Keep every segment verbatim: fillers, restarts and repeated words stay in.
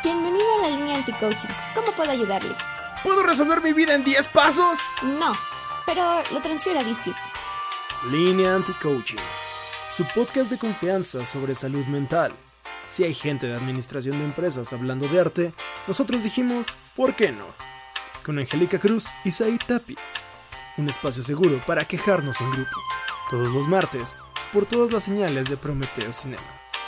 Bienvenido a la línea anti-coaching. ¿Cómo puedo ayudarle? ¿Puedo resolver mi vida en diez pasos? No, pero lo transfiero a Disputes. Línea Anti-Coaching, su podcast de confianza sobre salud mental. Si hay gente de administración de empresas hablando de arte, nosotros dijimos, ¿por qué no? Con Angélica Cruz y Said Tapia. Un espacio seguro para quejarnos en grupo. Todos los martes, por todas las señales de Prometeo Cinema.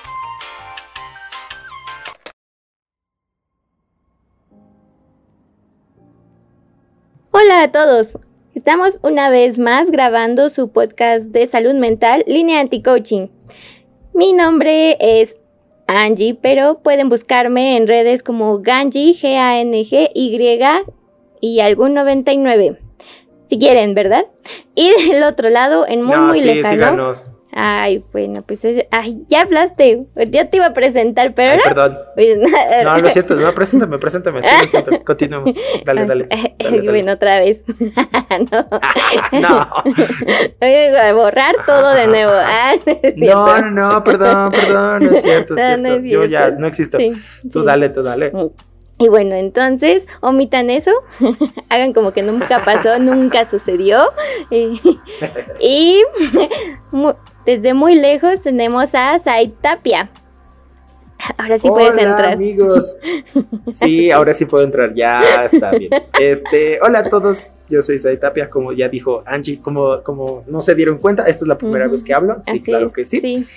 Hola a todos, estamos una vez más grabando su podcast de salud mental, Línea Anti-Coaching. Mi nombre es Angie, pero pueden buscarme en redes como Gangi, G A N G Y y algún noventa y nueve, si quieren, ¿verdad? Y del otro lado, en muy no, muy sí, lejano. Síganos. Ay, bueno, pues es, ay, ya hablaste. Yo te iba a presentar, pero Ay, ahora... perdón. Pues, No, lo siento, no, preséntame, preséntame. Sí, lo siento. Continuemos. Dale, dale. dale, dale. Bueno, otra vez. No. No. Voy a borrar todo de nuevo. Ah, no, es cierto. No, no, no, perdón, perdón, no es cierto, es No, cierto. no es Yo ya cierto. no existo. Sí, Tú sí. dale, tú dale. Y bueno, entonces, omitan eso, hagan como que nunca pasó, nunca sucedió. Y, y mu- desde muy lejos tenemos a Said Tapia. Ahora sí puedes Hola, entrar. amigos. Sí, ahora sí puedo entrar, ya está bien. Este, hola a todos, yo soy Said Tapia, como ya dijo Angie, como, como no se dieron cuenta, esta es la primera Ujú. vez que hablo, sí, Así claro es, que sí. sí.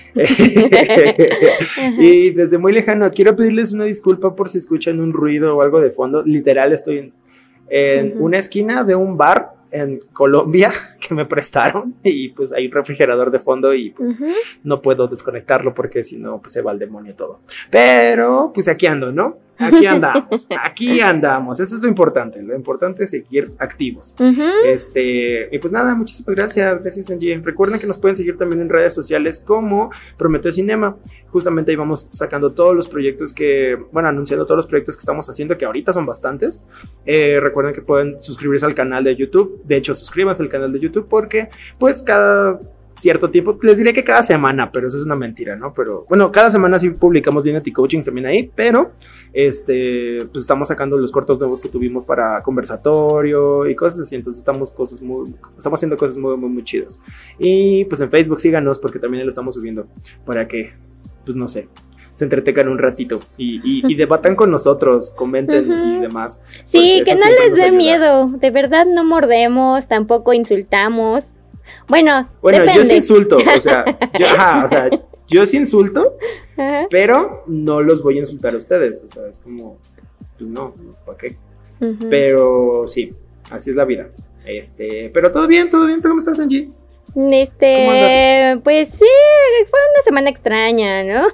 Y desde muy lejano, quiero pedirles una disculpa por si escuchan un ruido o algo de fondo, literal estoy en, en Ujú. una esquina de un bar en Colombia que me prestaron y pues hay un refrigerador de fondo y pues Ujú. no puedo desconectarlo porque si no, pues se va al demonio todo. Pero, pues aquí ando, ¿no? Aquí andamos, aquí andamos. Eso es lo importante. Lo importante es seguir activos. Ujú. Este, y pues nada, muchísimas gracias. Gracias, Angie. Recuerden que nos pueden seguir también en redes sociales como Prometeo Cinema. Justamente ahí vamos sacando todos los proyectos que, bueno, anunciando todos los proyectos que estamos haciendo, que ahorita son bastantes. Eh, recuerden que pueden suscribirse al canal de YouTube. De hecho, suscríbanse al canal de YouTube porque, pues, cada cierto tiempo, les diré que cada semana, pero eso es una mentira, ¿no? Pero bueno, cada semana sí publicamos Línea Anti-Coaching también ahí, pero este, pues estamos sacando los cortos nuevos que tuvimos para conversatorio y cosas así, entonces estamos cosas muy, estamos haciendo cosas muy, muy, muy chidas. Y pues en Facebook síganos porque también lo estamos subiendo para que, pues no sé, se entretengan un ratito y, y, y debatan con nosotros, comenten Ujú. y demás. Sí, porque que eso no siempre les nos dé ayuda. miedo. De verdad no mordemos, tampoco insultamos. Bueno, Bueno, depende. yo sí insulto, o sea, yo, ajá, o sea, yo sí insulto, Ajá. pero no los voy a insultar a ustedes, o sea, es como, pues no, ¿para qué? Ujú. Pero sí, así es la vida. Este, pero todo bien, todo bien, ¿tú cómo estás, Angie? ¿Cómo Este, andas? pues sí, fue una semana extraña, ¿no?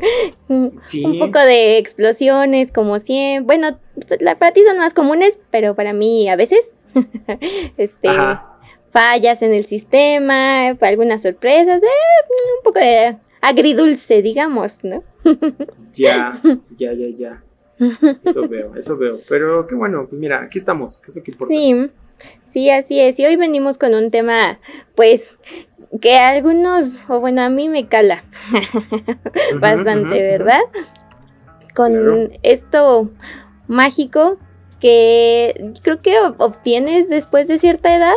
Sí. Un poco de explosiones, como siempre. Bueno, la- para ti son más comunes, pero para mí a veces. Este, Ajá. fallas en el sistema, algunas sorpresas, eh, un poco de agridulce, digamos, ¿no? Ya, ya, ya, ya. Eso veo, eso veo. Pero qué bueno, pues mira, aquí estamos, que es lo que importa. Sí, sí, así es. Y hoy venimos con un tema, pues, que a algunos, o bueno, a mí me cala Ujú, bastante, ujú, ¿verdad? Con Claro. esto mágico que creo que ob- obtienes después de cierta edad,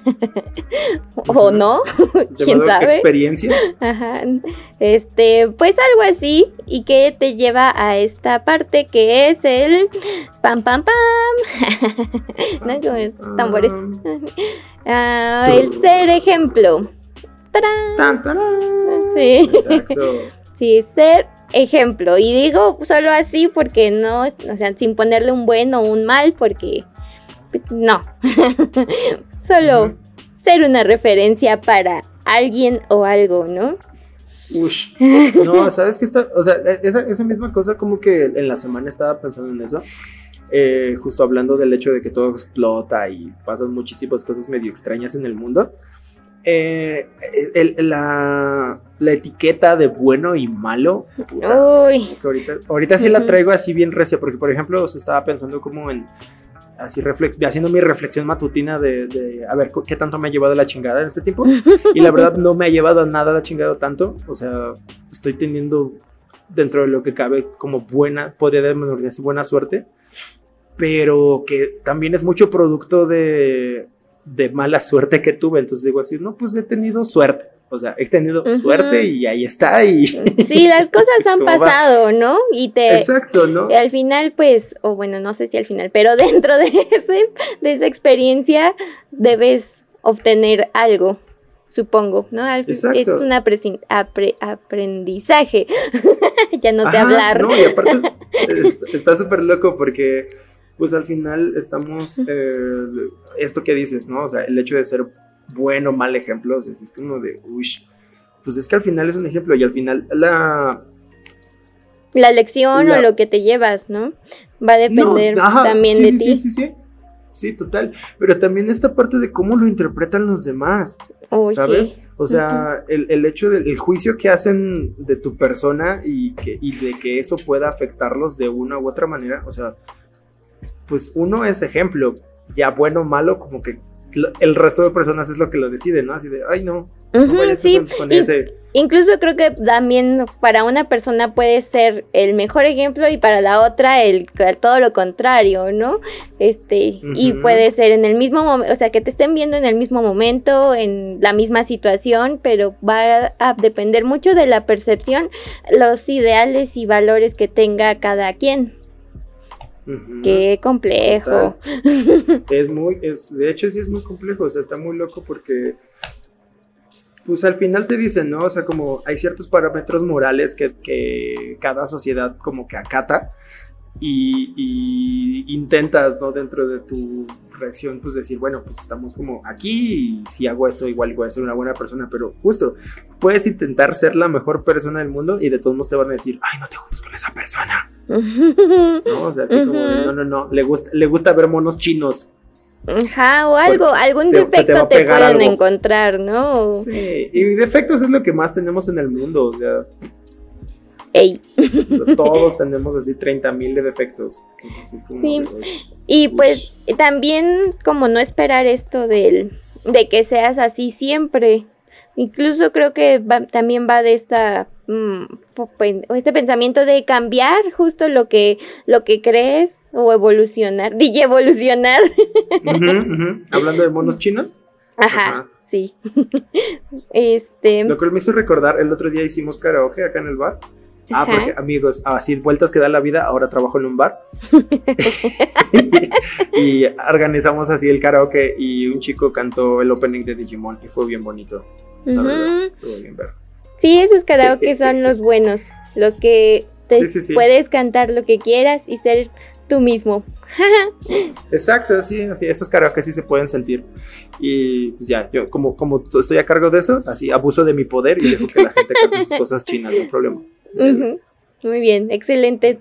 o Ujú. no, quién Llamado sabe. experiencia. Ajá. Este, pues algo así, y que te lleva a esta parte que es el pam pam pam, ¿no? Como tambores. Ah, el ser ejemplo. ¡Tarán! Tan, tarán. Sí. Exacto. Sí, ser ejemplo. Y digo solo así porque no, o sea, sin ponerle un buen o un mal, porque pues no. Solo Ujú. ser una referencia para alguien o algo, ¿no? Ush. No, ¿sabes qué está? O sea, esa, esa misma cosa como que en la semana estaba pensando en eso. Eh, justo hablando del hecho de que todo explota y pasan muchísimas cosas medio extrañas en el mundo. Eh, el- la, la etiqueta de bueno y malo, puta, Uy. como que ahorita, ahorita sí la Ujú. traigo así bien recia, porque por ejemplo, o sea, estaba pensando como en así reflex, haciendo mi reflexión matutina de, de a ver qué tanto me ha llevado la chingada en este tiempo, y la verdad no me ha llevado a nada la chingada tanto, o sea, estoy teniendo dentro de lo que cabe como buena, podría denominarse buena suerte, pero que también es mucho producto de, de mala suerte que tuve. Entonces digo así, no, pues he tenido suerte. O sea, he tenido uh-huh. suerte y ahí está. Y sí, las cosas han pasado, va. ¿no? Y te... Exacto, ¿no? Y al final, pues, o bueno, no sé si al final, pero dentro de, ese, de esa experiencia debes obtener algo, supongo, ¿no? Al, es un apre- apre- aprendizaje. Ya no sé Ajá, hablar. No, y aparte está súper loco porque, pues, al final estamos, eh, esto que dices, ¿no? O sea, el hecho de ser bueno o mal ejemplo, o sea, es como de, uy, pues es que al final es un ejemplo y al final la... La lección la... o lo que te llevas, ¿no? Va a depender no, ajá, también sí, de sí, ti. Sí, sí, sí, sí, total, pero también esta parte de cómo lo interpretan los demás, oh, ¿sabes? Sí. O sea, uh-huh. el, el hecho del el juicio que hacen de tu persona y, que, y de que eso pueda afectarlos de una u otra manera, o sea, pues uno es ejemplo, ya bueno o malo, como que el resto de personas es lo que lo decide, ¿no? Así de, ay, no. Uh-huh, no sí, con ese. Incluso creo que también para una persona puede ser el mejor ejemplo y para la otra el todo lo contrario, ¿no? Este, uh-huh. Y puede ser en el mismo momento, o sea, que te estén viendo en el mismo momento, en la misma situación, pero va a depender mucho de la percepción, los ideales y valores que tenga cada quien. Uh-huh. Qué complejo. Total. Es muy, es, de hecho sí es muy complejo, o sea, está muy loco porque pues al final te dicen, ¿no? O sea, como hay ciertos parámetros morales que, que cada sociedad como que acata y, y intentas, ¿no? Dentro de tu reacción, pues decir, bueno, pues estamos como aquí y si hago esto igual voy a ser una buena persona, pero justo, puedes intentar ser la mejor persona del mundo y de todos modos te van a decir, ay, no te juntes con esa persona. ¿No? O sea, así uh-huh. como de, no, no, no, le gusta, le gusta ver monos chinos. Ajá, o algo, Porque algún te, defecto te, te pueden algo. encontrar, ¿no? Sí, y defectos es lo que más tenemos en el mundo, o sea. Ey. Todos tenemos así treinta mil de defectos. Entonces, es como sí, de, y pues también como no esperar esto del, de que seas así siempre. Incluso creo que va, también va de esta mmm, este pensamiento de cambiar justo lo que lo que crees o evolucionar, dije evolucionar. Uh-huh, uh-huh. Hablando de monos chinos. Ajá, Ajá. sí. este. Lo que me hizo recordar, el otro día hicimos karaoke acá en el bar. Ah, Ajá. porque amigos, así vueltas que da la vida, ahora trabajo en un bar. y, y organizamos así el karaoke y un chico cantó el opening de Digimon y fue bien bonito. La uh-huh. verdad, estuvo bien ver. Sí, esos karaoke son los buenos, los que te sí, sí, sí. puedes cantar lo que quieras y ser tú mismo. Exacto, sí, así, esos karaoke sí se pueden sentir. Y pues ya, yo como, como estoy a cargo de eso, así abuso de mi poder y dejo que la gente cante sus cosas chinas, no hay problema. Uh-huh. Muy bien, excelente.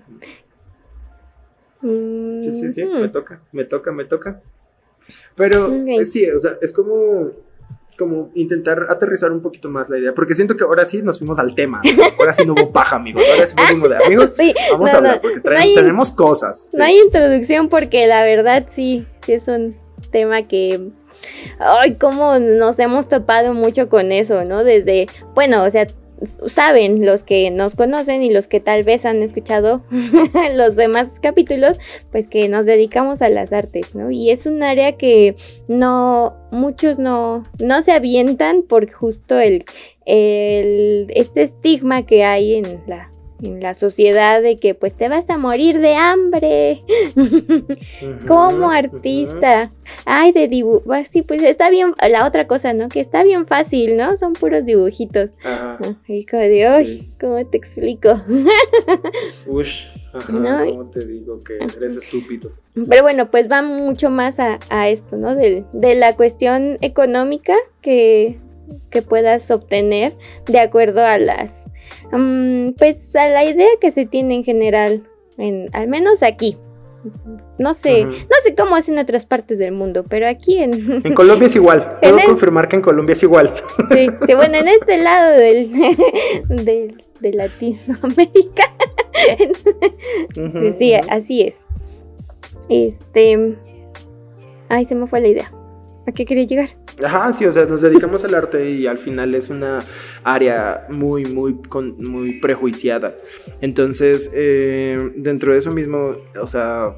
Uh-huh. Sí, sí, sí, me toca, me toca, me toca. Pero okay. pues, sí, o sea, es como... como intentar aterrizar un poquito más la idea, porque siento que ahora sí nos fuimos al tema, ¿no? Ahora sí no hubo paja, amigos, ahora sí fue como de amigos, sí, vamos no, a hablar, no, porque traen, no hay, tenemos cosas. No sí, hay sí, introducción porque la verdad sí, sí es un tema que, ay, cómo nos hemos topado mucho con eso, ¿no? Desde, bueno, o sea, saben los que nos conocen y los que tal vez han escuchado los demás capítulos, pues que nos dedicamos a las artes, ¿no? Y es un área que no, muchos no, no se avientan por justo el, el este estigma que hay en la en la sociedad de que pues te vas a morir de hambre uh-huh, como artista. Uh-huh. Ay, de dibujo, sí, pues está bien, la otra cosa, ¿no? Que está bien fácil, ¿no? Son puros dibujitos. Uh-huh. Y como de, ay, sí. ¿Cómo te explico? Ush, ajá, ¿no? ¿Cómo te digo que eres estúpido? Pero bueno, pues va mucho más a, a esto, ¿no? De, de la cuestión económica que, que puedas obtener de acuerdo a las Um, pues a la idea que se tiene en general, en, al menos aquí. No sé, uh-huh. no sé cómo es en otras partes del mundo, pero aquí en... En Colombia es igual, puedo el... confirmar que en Colombia es igual. Sí, sí, bueno, en este lado del, del, de Latinoamérica. Uh-huh, pues sí, uh-huh. así es. Este... Ay, se me fue la idea. ¿A qué quería llegar? Ajá, sí, o sea, nos dedicamos al arte y al final es una área muy, muy, con, muy prejuiciada. Entonces, eh, dentro de eso mismo, o sea,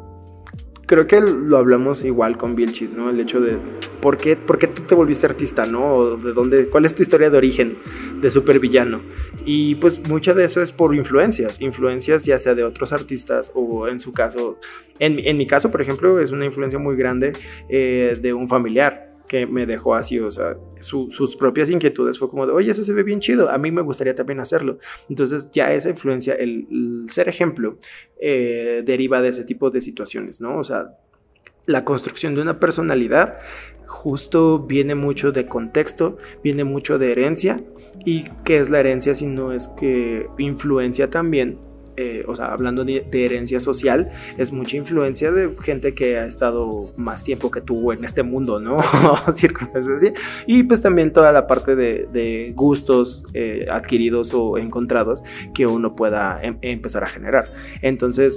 creo que lo hablamos igual con Vilchis, ¿no? El hecho de ¿por qué, por qué tú te volviste artista, ¿no? O de dónde, ¿cuál es tu historia de origen de supervillano? Y pues mucho de eso es por influencias, influencias ya sea de otros artistas o en su caso, en, en mi caso, por ejemplo, es una influencia muy grande eh, de un familiar que me dejó así, o sea, su, sus propias inquietudes fue como de, oye, eso se ve bien chido, a mí me gustaría también hacerlo. Entonces ya esa influencia, el, el ser ejemplo, eh, deriva de ese tipo de situaciones, ¿no? O sea, la construcción de una personalidad justo viene mucho de contexto, viene mucho de herencia. ¿Y qué es la herencia si no es que influencia también? Eh, o sea, hablando de, de herencia social, es mucha influencia de gente que ha estado más tiempo que tú en este mundo, ¿no? Circunstancias así. Y pues también toda la parte de, de gustos eh, adquiridos o encontrados que uno pueda em- empezar a generar. Entonces,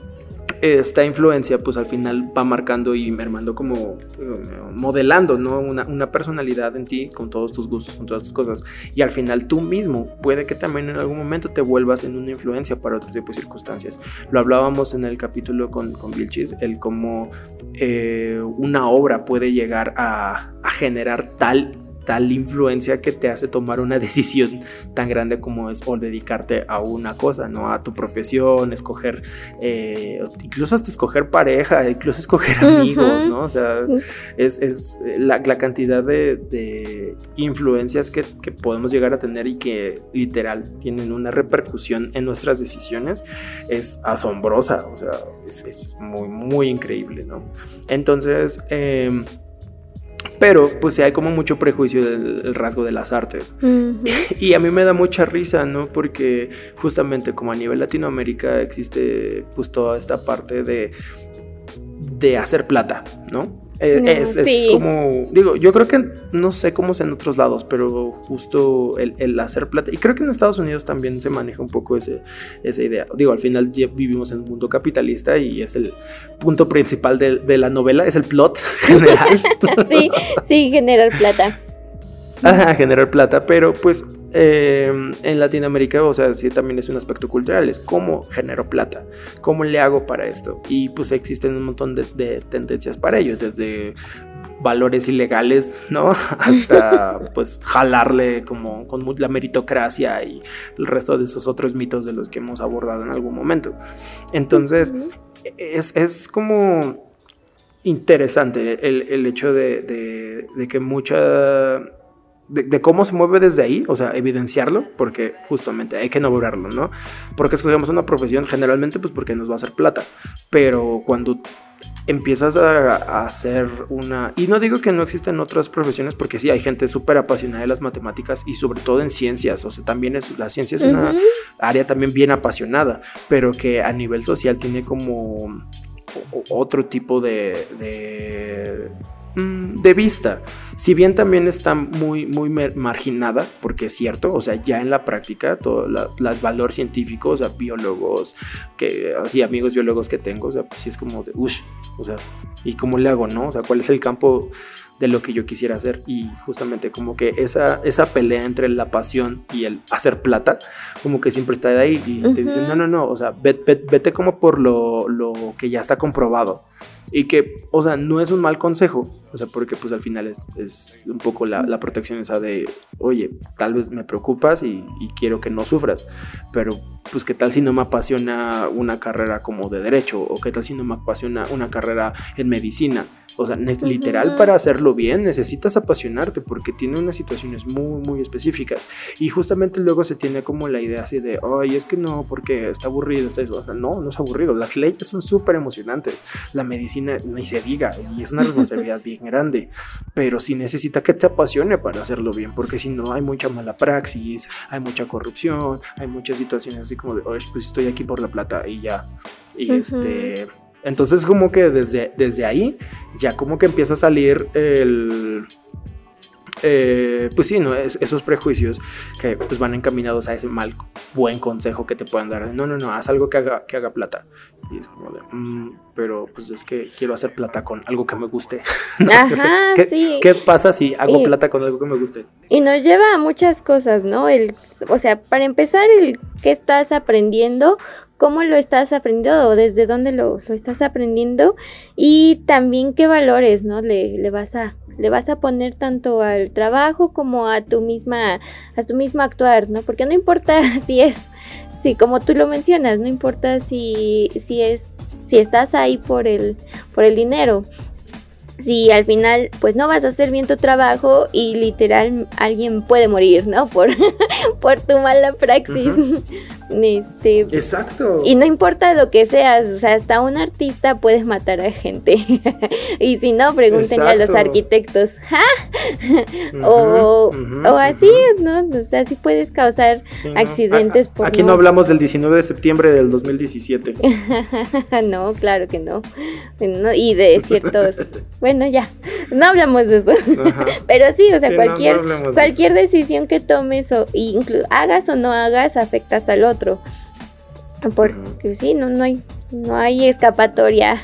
esta influencia pues al final va marcando y mermando como uh, modelando, ¿no? Una, una personalidad en ti con todos tus gustos, con todas tus cosas, y al final tú mismo puede que también en algún momento te vuelvas en una influencia para otro tipo de circunstancias. Lo hablábamos en el capítulo con, con Vilchis, el cómo eh, una obra puede llegar a, a generar tal tal influencia que te hace tomar una decisión tan grande como es o dedicarte a una cosa, ¿no? A tu profesión, escoger, eh, incluso hasta escoger pareja, incluso escoger amigos, uh-huh. ¿no? O sea, es, es la, la cantidad de, de influencias que, que podemos llegar a tener y que literal tienen una repercusión en nuestras decisiones es asombrosa, o sea, es, es muy, muy increíble, ¿no? Entonces, eh, pero pues hay como mucho prejuicio del, del rasgo de las artes. Uh-huh. Y a mí me da mucha risa, ¿no? Porque justamente como a nivel Latinoamérica existe pues toda esta parte de, de hacer plata, ¿no? Es, no, es, es sí. como, digo, yo creo que no sé cómo es en otros lados, pero justo el, el hacer plata, y creo que en Estados Unidos también se maneja un poco ese, esa idea. Digo, al final ya vivimos en un mundo capitalista y es el punto principal de, de la novela, es el plot general. sí, sí, generar plata. Ajá, generar plata, pero pues eh, en Latinoamérica, o sea, sí también es un aspecto cultural, es cómo genero plata, cómo le hago para esto, y pues existen un montón de, de tendencias para ello, desde valores ilegales, ¿no? Hasta pues jalarle como con la meritocracia y el resto de esos otros mitos de los que hemos abordado en algún momento. Entonces, uh-huh. es, es como interesante el, el hecho de, de, de que mucha... De, de cómo se mueve desde ahí, o sea, evidenciarlo, porque justamente hay que nombrarlo, ¿no? Porque escogemos una profesión generalmente pues porque nos va a hacer plata, pero cuando empiezas a, a hacer una... Y no digo que no existen otras profesiones, porque sí, hay gente súper apasionada de las matemáticas y sobre todo en ciencias, o sea, también es, la ciencia es una uh-huh. área también bien apasionada, pero que a nivel social tiene como otro tipo de... de de vista, si bien también está muy, muy marginada, porque es cierto, o sea, ya en la práctica, todo la, la, el valor científico, o sea, biólogos, que así amigos biólogos que tengo, o sea, pues sí es como de, ush, o sea, ¿y cómo le hago, no? O sea, ¿cuál es el campo de lo que yo quisiera hacer? Y justamente como que esa, esa pelea entre la pasión y el hacer plata, como que siempre está de ahí y uh-huh. te dicen, no, no, no, o sea, vete, vete, vete como por lo, lo que ya está comprobado. Y que, o sea, no es un mal consejo, o sea, porque pues al final es, es un poco la, la protección esa de, oye, tal vez me preocupas y, y quiero que no sufras, pero pues qué tal si no me apasiona una carrera como de derecho, o qué tal si no me apasiona una carrera en medicina. O sea, ne- literal, para hacerlo bien necesitas apasionarte porque tiene unas situaciones muy, muy específicas. Y justamente luego se tiene como la idea así de, ay, es que no, porque está aburrido, está eso. O sea, no, no es aburrido. Las leyes son súper emocionantes. La medicina ni se diga, y es una responsabilidad bien grande. Pero sí necesita que te apasione para hacerlo bien, porque si no hay mucha mala praxis, hay mucha corrupción, hay muchas situaciones así como de, ay, pues estoy aquí por la plata y ya. Y uh-huh. este... Entonces como que desde, desde ahí ya como que empieza a salir el... Eh, pues sí, ¿no? Es, esos prejuicios que pues van encaminados a ese mal buen consejo que te puedan dar. No, no, no, haz algo que haga, que haga plata. Y es como de, mmm, pero pues es que quiero hacer plata con algo que me guste. Ajá, ¿Qué, sí. ¿Qué pasa si hago Y, plata con algo que me guste? Y nos lleva a muchas cosas, ¿no? El, o sea, para empezar, el qué estás aprendiendo, cómo lo estás aprendiendo o desde dónde lo, lo estás aprendiendo y también qué valores, ¿no? Le, le vas a le vas a poner tanto al trabajo como a tu misma a tu mismo actuar, ¿no? Porque no importa si es sí, como tú lo mencionas, no importa si si es si estás ahí por el por el dinero. Si al final pues no vas a hacer bien tu trabajo y literal alguien puede morir, ¿no? Por, por tu mala praxis. Uh-huh. Este, exacto. Y no importa lo que seas, o sea, hasta un artista puede matar a gente. Y si no, pregúntenle exacto. a los arquitectos. Uh-huh, o, uh-huh, o así, uh-huh. ¿no? O sea, sí puedes causar sí, accidentes no. por Aquí no... no hablamos del diecinueve de septiembre del dos mil diecisiete. No, claro que no. no y de ciertos... Bueno, ya, no hablamos de eso. Ajá. Pero sí, o sea, sí, cualquier, no, no cualquier de decisión que tomes o inclu- hagas o no hagas, afectas al otro. Porque uh-huh. sí, no, no hay, no hay escapatoria.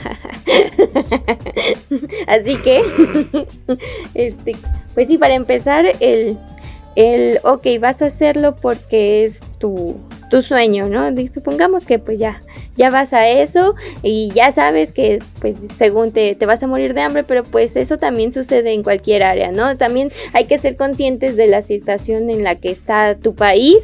Así que, este, pues sí, para empezar, el, el, ok, vas a hacerlo porque es tu, tu sueño, ¿no? Y supongamos que pues ya. Ya vas a eso y ya sabes que pues según te, te vas a morir de hambre, pero pues eso también sucede en cualquier área, ¿no? También hay que ser conscientes de la situación en la que está tu país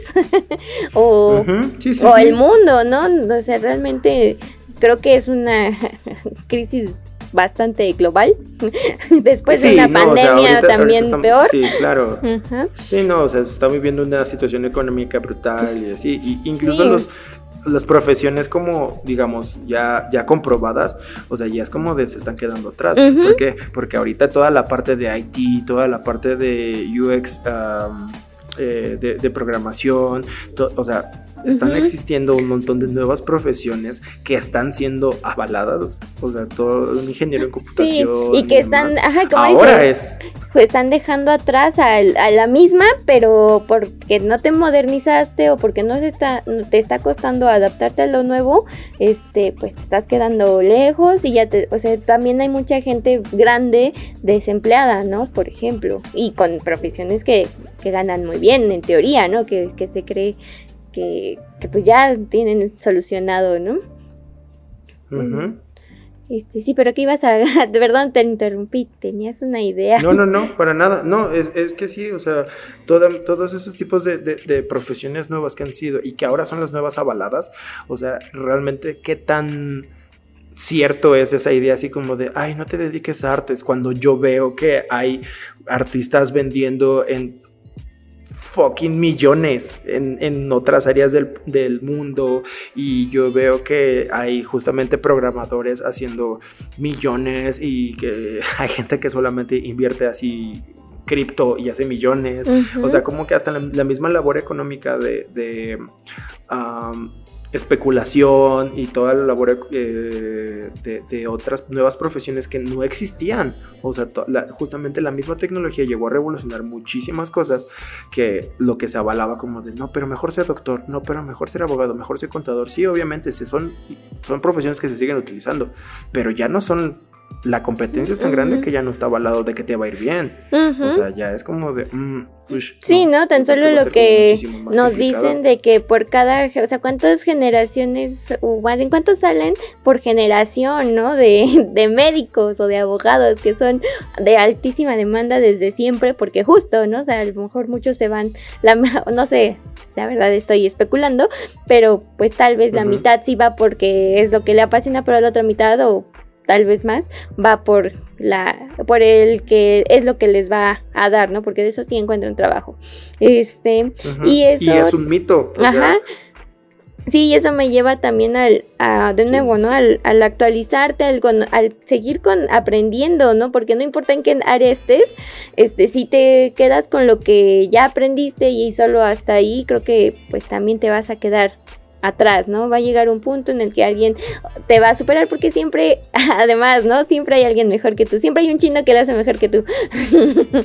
o, uh-huh. sí, sí, o sí. el mundo, ¿no? O sea, realmente creo que es una crisis bastante global, después sí, de una no, pandemia o sea, ahorita, también ahorita estamos, peor. Sí, claro. Uh-huh. Sí, no, o sea, se está viviendo una situación económica brutal y así, y incluso sí. los... las profesiones como, digamos, ya, ya comprobadas, o sea, ya es como de se están quedando atrás. Uh-huh. ¿Por qué? Porque ahorita toda la parte de I T, toda la parte de U X, um, eh, de, de programación, to, o sea, están uh-huh. existiendo un montón de nuevas profesiones que están siendo avaladas, o sea, todo un ingeniero en computación. Sí, y que y están, ajá, como ahora dices, es... pues están dejando atrás a, a la misma, pero porque no te modernizaste o porque no se está, te está costando adaptarte a lo nuevo, este, pues te estás quedando lejos y ya te, o sea, también hay mucha gente grande desempleada, ¿no? Por ejemplo, y con profesiones que, que ganan muy bien, en teoría, ¿no? Que, que se cree que, que pues ya tienen solucionado, ¿no? Uh-huh. Este, sí, pero ¿qué ibas a...? Perdón, te interrumpí, tenías una idea. No, no, no, para nada, no, es, es que sí, o sea, toda, todos esos tipos de, de, de profesiones nuevas que han sido y que ahora son las nuevas avaladas, o sea, realmente qué tan cierto es esa idea así como de, ay, no te dediques a artes, cuando yo veo que hay artistas vendiendo en fucking millones en, en otras áreas del, del mundo y yo veo que hay justamente programadores haciendo millones y que hay gente que solamente invierte así cripto y hace millones, uh-huh. o sea, como que hasta la, la misma labor económica de, de um, especulación y toda la labor eh, de, de otras nuevas profesiones que no existían, o sea, to, la, justamente la misma tecnología llegó a revolucionar muchísimas cosas que lo que se avalaba como de, no, pero mejor ser doctor, no, pero mejor ser abogado, mejor ser contador, sí, obviamente, se son, son profesiones que se siguen utilizando, pero ya no son, la competencia es tan uh-huh. grande que ya no está avalado de que te va a ir bien, uh-huh. o sea, ya es como de, mm, ush, sí, no, no tan solo lo que nos complicado. Dicen de que por cada, o sea, cuántas generaciones, o más bien cuántos salen por generación, ¿no? De, de médicos o de abogados que son de altísima demanda desde siempre, porque justo, ¿no? O sea, a lo mejor muchos se van, la, no sé, la verdad estoy especulando, pero pues tal vez la uh-huh. mitad sí va porque es lo que le apasiona, pero la otra mitad o tal vez más, va por la por el que es lo que les va a dar, ¿no? Porque de eso sí encuentran trabajo. Este, uh-huh. y eso... Y es un mito. Ajá. Sea... Sí, y eso me lleva también al, a, de nuevo, sí, sí, ¿no? Sí. Al, al actualizarte, al, con, al seguir con aprendiendo, ¿no? Porque no importa en qué área estés, este, si te quedas con lo que ya aprendiste y solo hasta ahí, creo que pues también te vas a quedar atrás, ¿no? Va a llegar un punto en el que alguien te va a superar porque siempre, además, ¿no? Siempre hay alguien mejor que tú, siempre hay un chino que lo hace mejor que tú.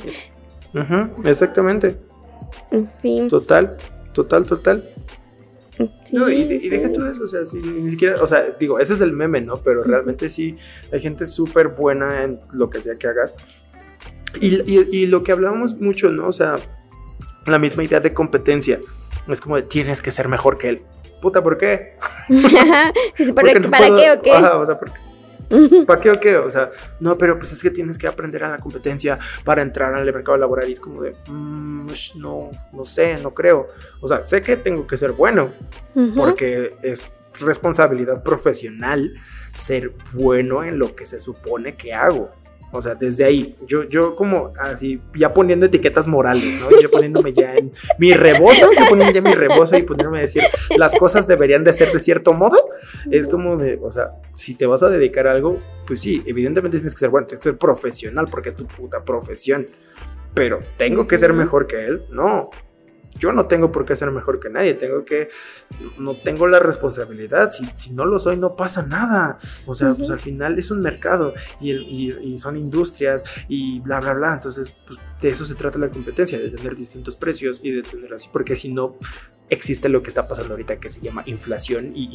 Ajá, uh-huh, exactamente. Sí. Total, total, total. Sí, no, y, y sí. deja tú eso, o sea, sí, ni siquiera, o sea, digo, ese es el meme, ¿no? Pero realmente sí, hay gente súper buena en lo que sea que hagas. Y, y, y lo que hablábamos mucho, ¿no? O sea, la misma idea de competencia. Es como de, tienes que ser mejor que él. Puta, ¿por qué? ¿Para, no ¿para puedo, qué o qué? Ajá, o sea, ¿por qué? ¿Para qué o qué? O sea, no, pero pues es que tienes que aprender a la competencia para entrar al mercado laboral. Y es como de, mmm, no, no sé, no creo. O sea, sé que tengo que ser bueno, uh-huh. porque es responsabilidad profesional ser bueno en lo que se supone que hago. O sea, desde ahí, yo, yo como así, ya poniendo etiquetas morales, ¿no? Yo poniéndome ya en mi rebozo, yo poniendo ya mi rebozo y poniéndome a decir, las cosas deberían de ser de cierto modo, es como de, o sea, si te vas a dedicar a algo, pues sí, evidentemente tienes que ser bueno, tienes que ser profesional porque es tu puta profesión, pero ¿tengo que ser mejor que él? No. Yo no tengo por qué ser mejor que nadie, tengo que, no tengo la responsabilidad, si, si no lo soy no pasa nada, o sea, uh-huh. pues al final es un mercado y, el, y, y son industrias y bla bla bla, entonces pues de eso se trata la competencia, de tener distintos precios y de tener así, porque si no existe lo que está pasando ahorita que se llama inflación y,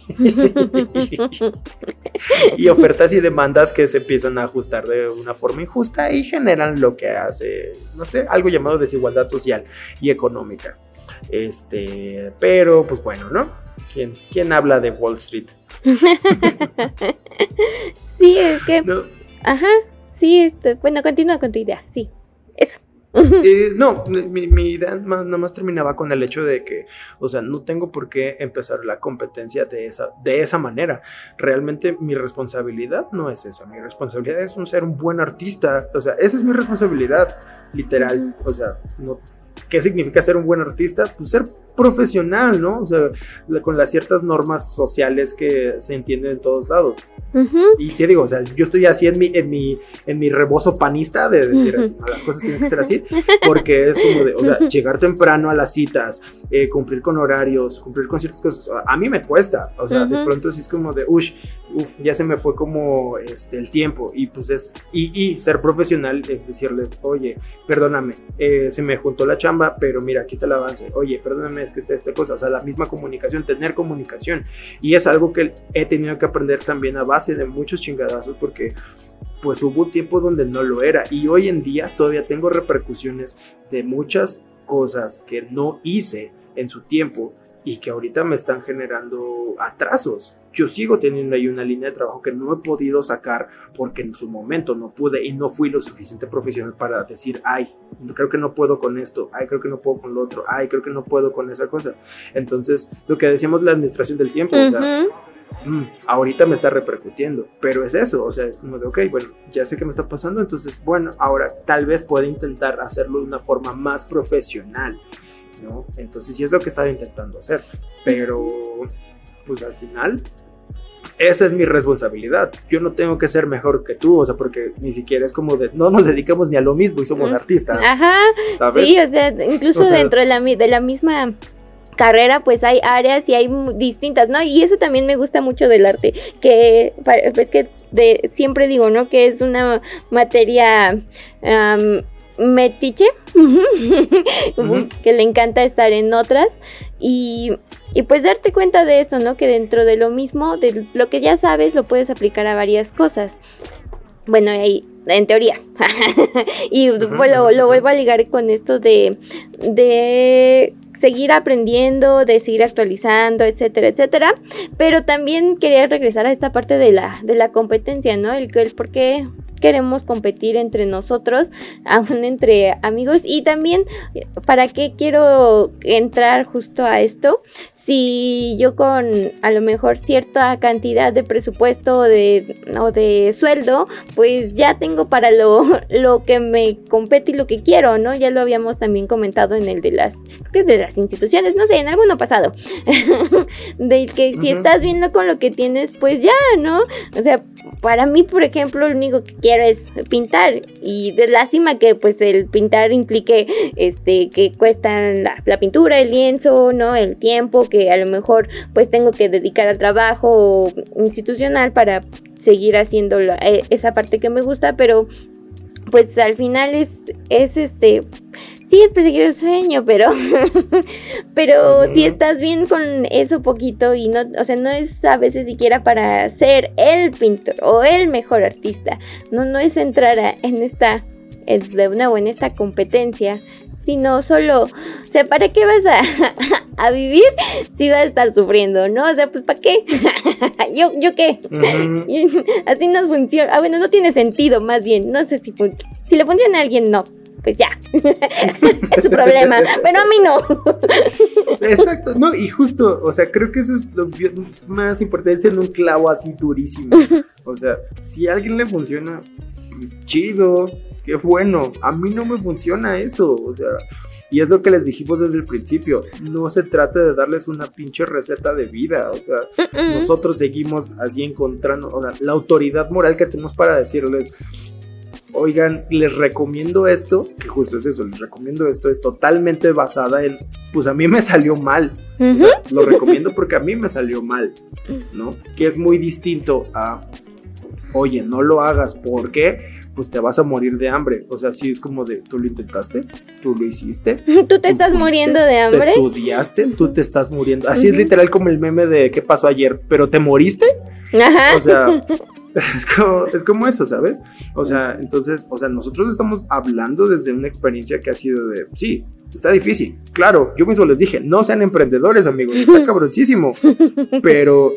y ofertas y demandas que se empiezan a ajustar de una forma injusta y generan lo que hace, no sé, algo llamado desigualdad social y económica. Este, pero pues bueno, ¿no? ¿Quién, quién habla de Wall Street? Sí, es que... ¿No? Ajá, sí, esto, bueno, continúa con tu idea, sí, eso. Eh, no, mi, mi idea más, nada más terminaba con el hecho de que, o sea, no tengo por qué empezar la competencia de esa, de esa manera. Realmente mi responsabilidad no es esa, mi responsabilidad es un, ser un buen artista, o sea, esa es mi responsabilidad, literal, o sea, no, ¿qué significa ser un buen artista? Pues ser profesional, ¿no? O sea, con las ciertas normas sociales que se entienden en todos lados. Uh-huh. Y te digo, o sea, yo estoy así en mi, en mi, en mi rebozo panista de decir así, no, las cosas tienen que ser así, porque es como de, o sea, llegar temprano a las citas, eh, cumplir con horarios, cumplir con ciertas cosas, a mí me cuesta, o sea, uh-huh. de pronto sí es como de, uff, uf, ya se me fue como este, el tiempo, y pues es, y, y ser profesional es decirles, oye, perdóname, eh, se me juntó la chamba, pero mira, aquí está el avance, oye, perdóname, es que está esta cosa, o sea, la misma comunicación, tener comunicación, y es algo que he tenido que aprender también a base de muchos chingadazos, porque pues hubo un tiempo donde no lo era, y hoy en día todavía tengo repercusiones de muchas cosas que no hice en su tiempo, y que ahorita me están generando atrasos. Yo sigo teniendo ahí una línea de trabajo que no he podido sacar porque en su momento no pude y no fui lo suficiente profesional para decir, ay, creo que no puedo con esto, ay, creo que no puedo con lo otro, ay, creo que no puedo con esa cosa. Entonces, lo que decíamos la administración del tiempo, uh-huh. o sea, mm, ahorita me está repercutiendo, pero es eso, o sea, es como de, ok, bueno, ya sé qué me está pasando, entonces, bueno, ahora tal vez pueda intentar hacerlo de una forma más profesional, ¿no? Entonces sí es lo que estaba intentando hacer, pero pues al final esa es mi responsabilidad, yo no tengo que ser mejor que tú, o sea, porque ni siquiera es como de, no nos dedicamos ni a lo mismo y somos mm. artistas. Ajá, ¿sabes? Sí, o sea, incluso o sea, dentro de la, de la misma carrera pues hay áreas y hay distintas, ¿no? Y eso también me gusta mucho del arte, que es que de, siempre digo, ¿no? Que es una materia um, metiche, uh-huh. que le encanta estar en otras y, y pues darte cuenta de eso, ¿no? Que dentro de lo mismo, de lo que ya sabes, lo puedes aplicar a varias cosas. Bueno, ahí, en teoría. Y uh-huh. pues lo, lo vuelvo a ligar con esto de, de seguir aprendiendo, de seguir actualizando, etcétera, etcétera. Pero también quería regresar a esta parte de la, de la competencia, ¿no? El, el por qué queremos competir entre nosotros, aún entre amigos, y también para qué quiero entrar justo a esto, si yo con a lo mejor cierta cantidad de presupuesto o de, o de sueldo, pues ya tengo para lo, lo que me compete y lo que quiero, ¿no? Ya lo habíamos también comentado en el de las, de las instituciones, no sé, en alguno pasado, de que si uh-huh. estás viendo con lo que tienes, pues ya, ¿no? O sea, para mí, por ejemplo, lo único que quiero es pintar, y de lástima que pues el pintar implique este que cuestan la, la pintura, el lienzo, ¿no? El tiempo que a lo mejor pues tengo que dedicar al trabajo institucional para seguir haciendo la, esa parte que me gusta, pero pues al final es, es este sí es perseguir el sueño, pero pero Ujú. si estás bien con eso poquito y no, o sea, no es a veces siquiera para ser el pintor o el mejor artista, no, no es entrar a- en esta, en- de nuevo, en esta competencia, sino solo, o sea, ¿para qué vas a, a vivir si vas a estar sufriendo, no? O sea, pues ¿para qué? ¿Yo, yo qué? Ujú. Así no funciona. Ah, bueno, no tiene sentido, más bien. No sé si, fun- si le funciona a alguien, no. Pues ya. Es su problema. Pero a mí no. Exacto, no, y justo, o sea, creo que eso es lo bi- más importante, es en un clavo así durísimo. O sea, si a alguien le funciona, chido, qué bueno. A mí no me funciona eso, o sea, y es lo que les dijimos desde el principio. No se trata de darles una pinche receta de vida, o sea, Mm-mm. nosotros seguimos así encontrando, o sea, la autoridad moral que tenemos para decirles, oigan, les recomiendo esto, que justo es eso, les recomiendo esto, es totalmente basada en, pues a mí me salió mal, o Ujú. sea, lo recomiendo porque a mí me salió mal, ¿no? Que es muy distinto a, oye, no lo hagas, ¿por qué? Pues te vas a morir de hambre, o sea, sí es como de, tú lo intentaste, tú lo hiciste, ¿Tú te ¿Tú estás fuiste? muriendo de te hambre? estudiaste, tú te estás muriendo, así es Ujú. literal como el meme de ¿qué pasó ayer? ¿Pero te moriste? Ajá. O sea, es como, es como eso, ¿sabes? O sea, entonces, o sea, nosotros estamos hablando desde una experiencia que ha sido de, sí, está difícil, claro, yo mismo les dije, no sean emprendedores, amigos, está cabroncísimo, pero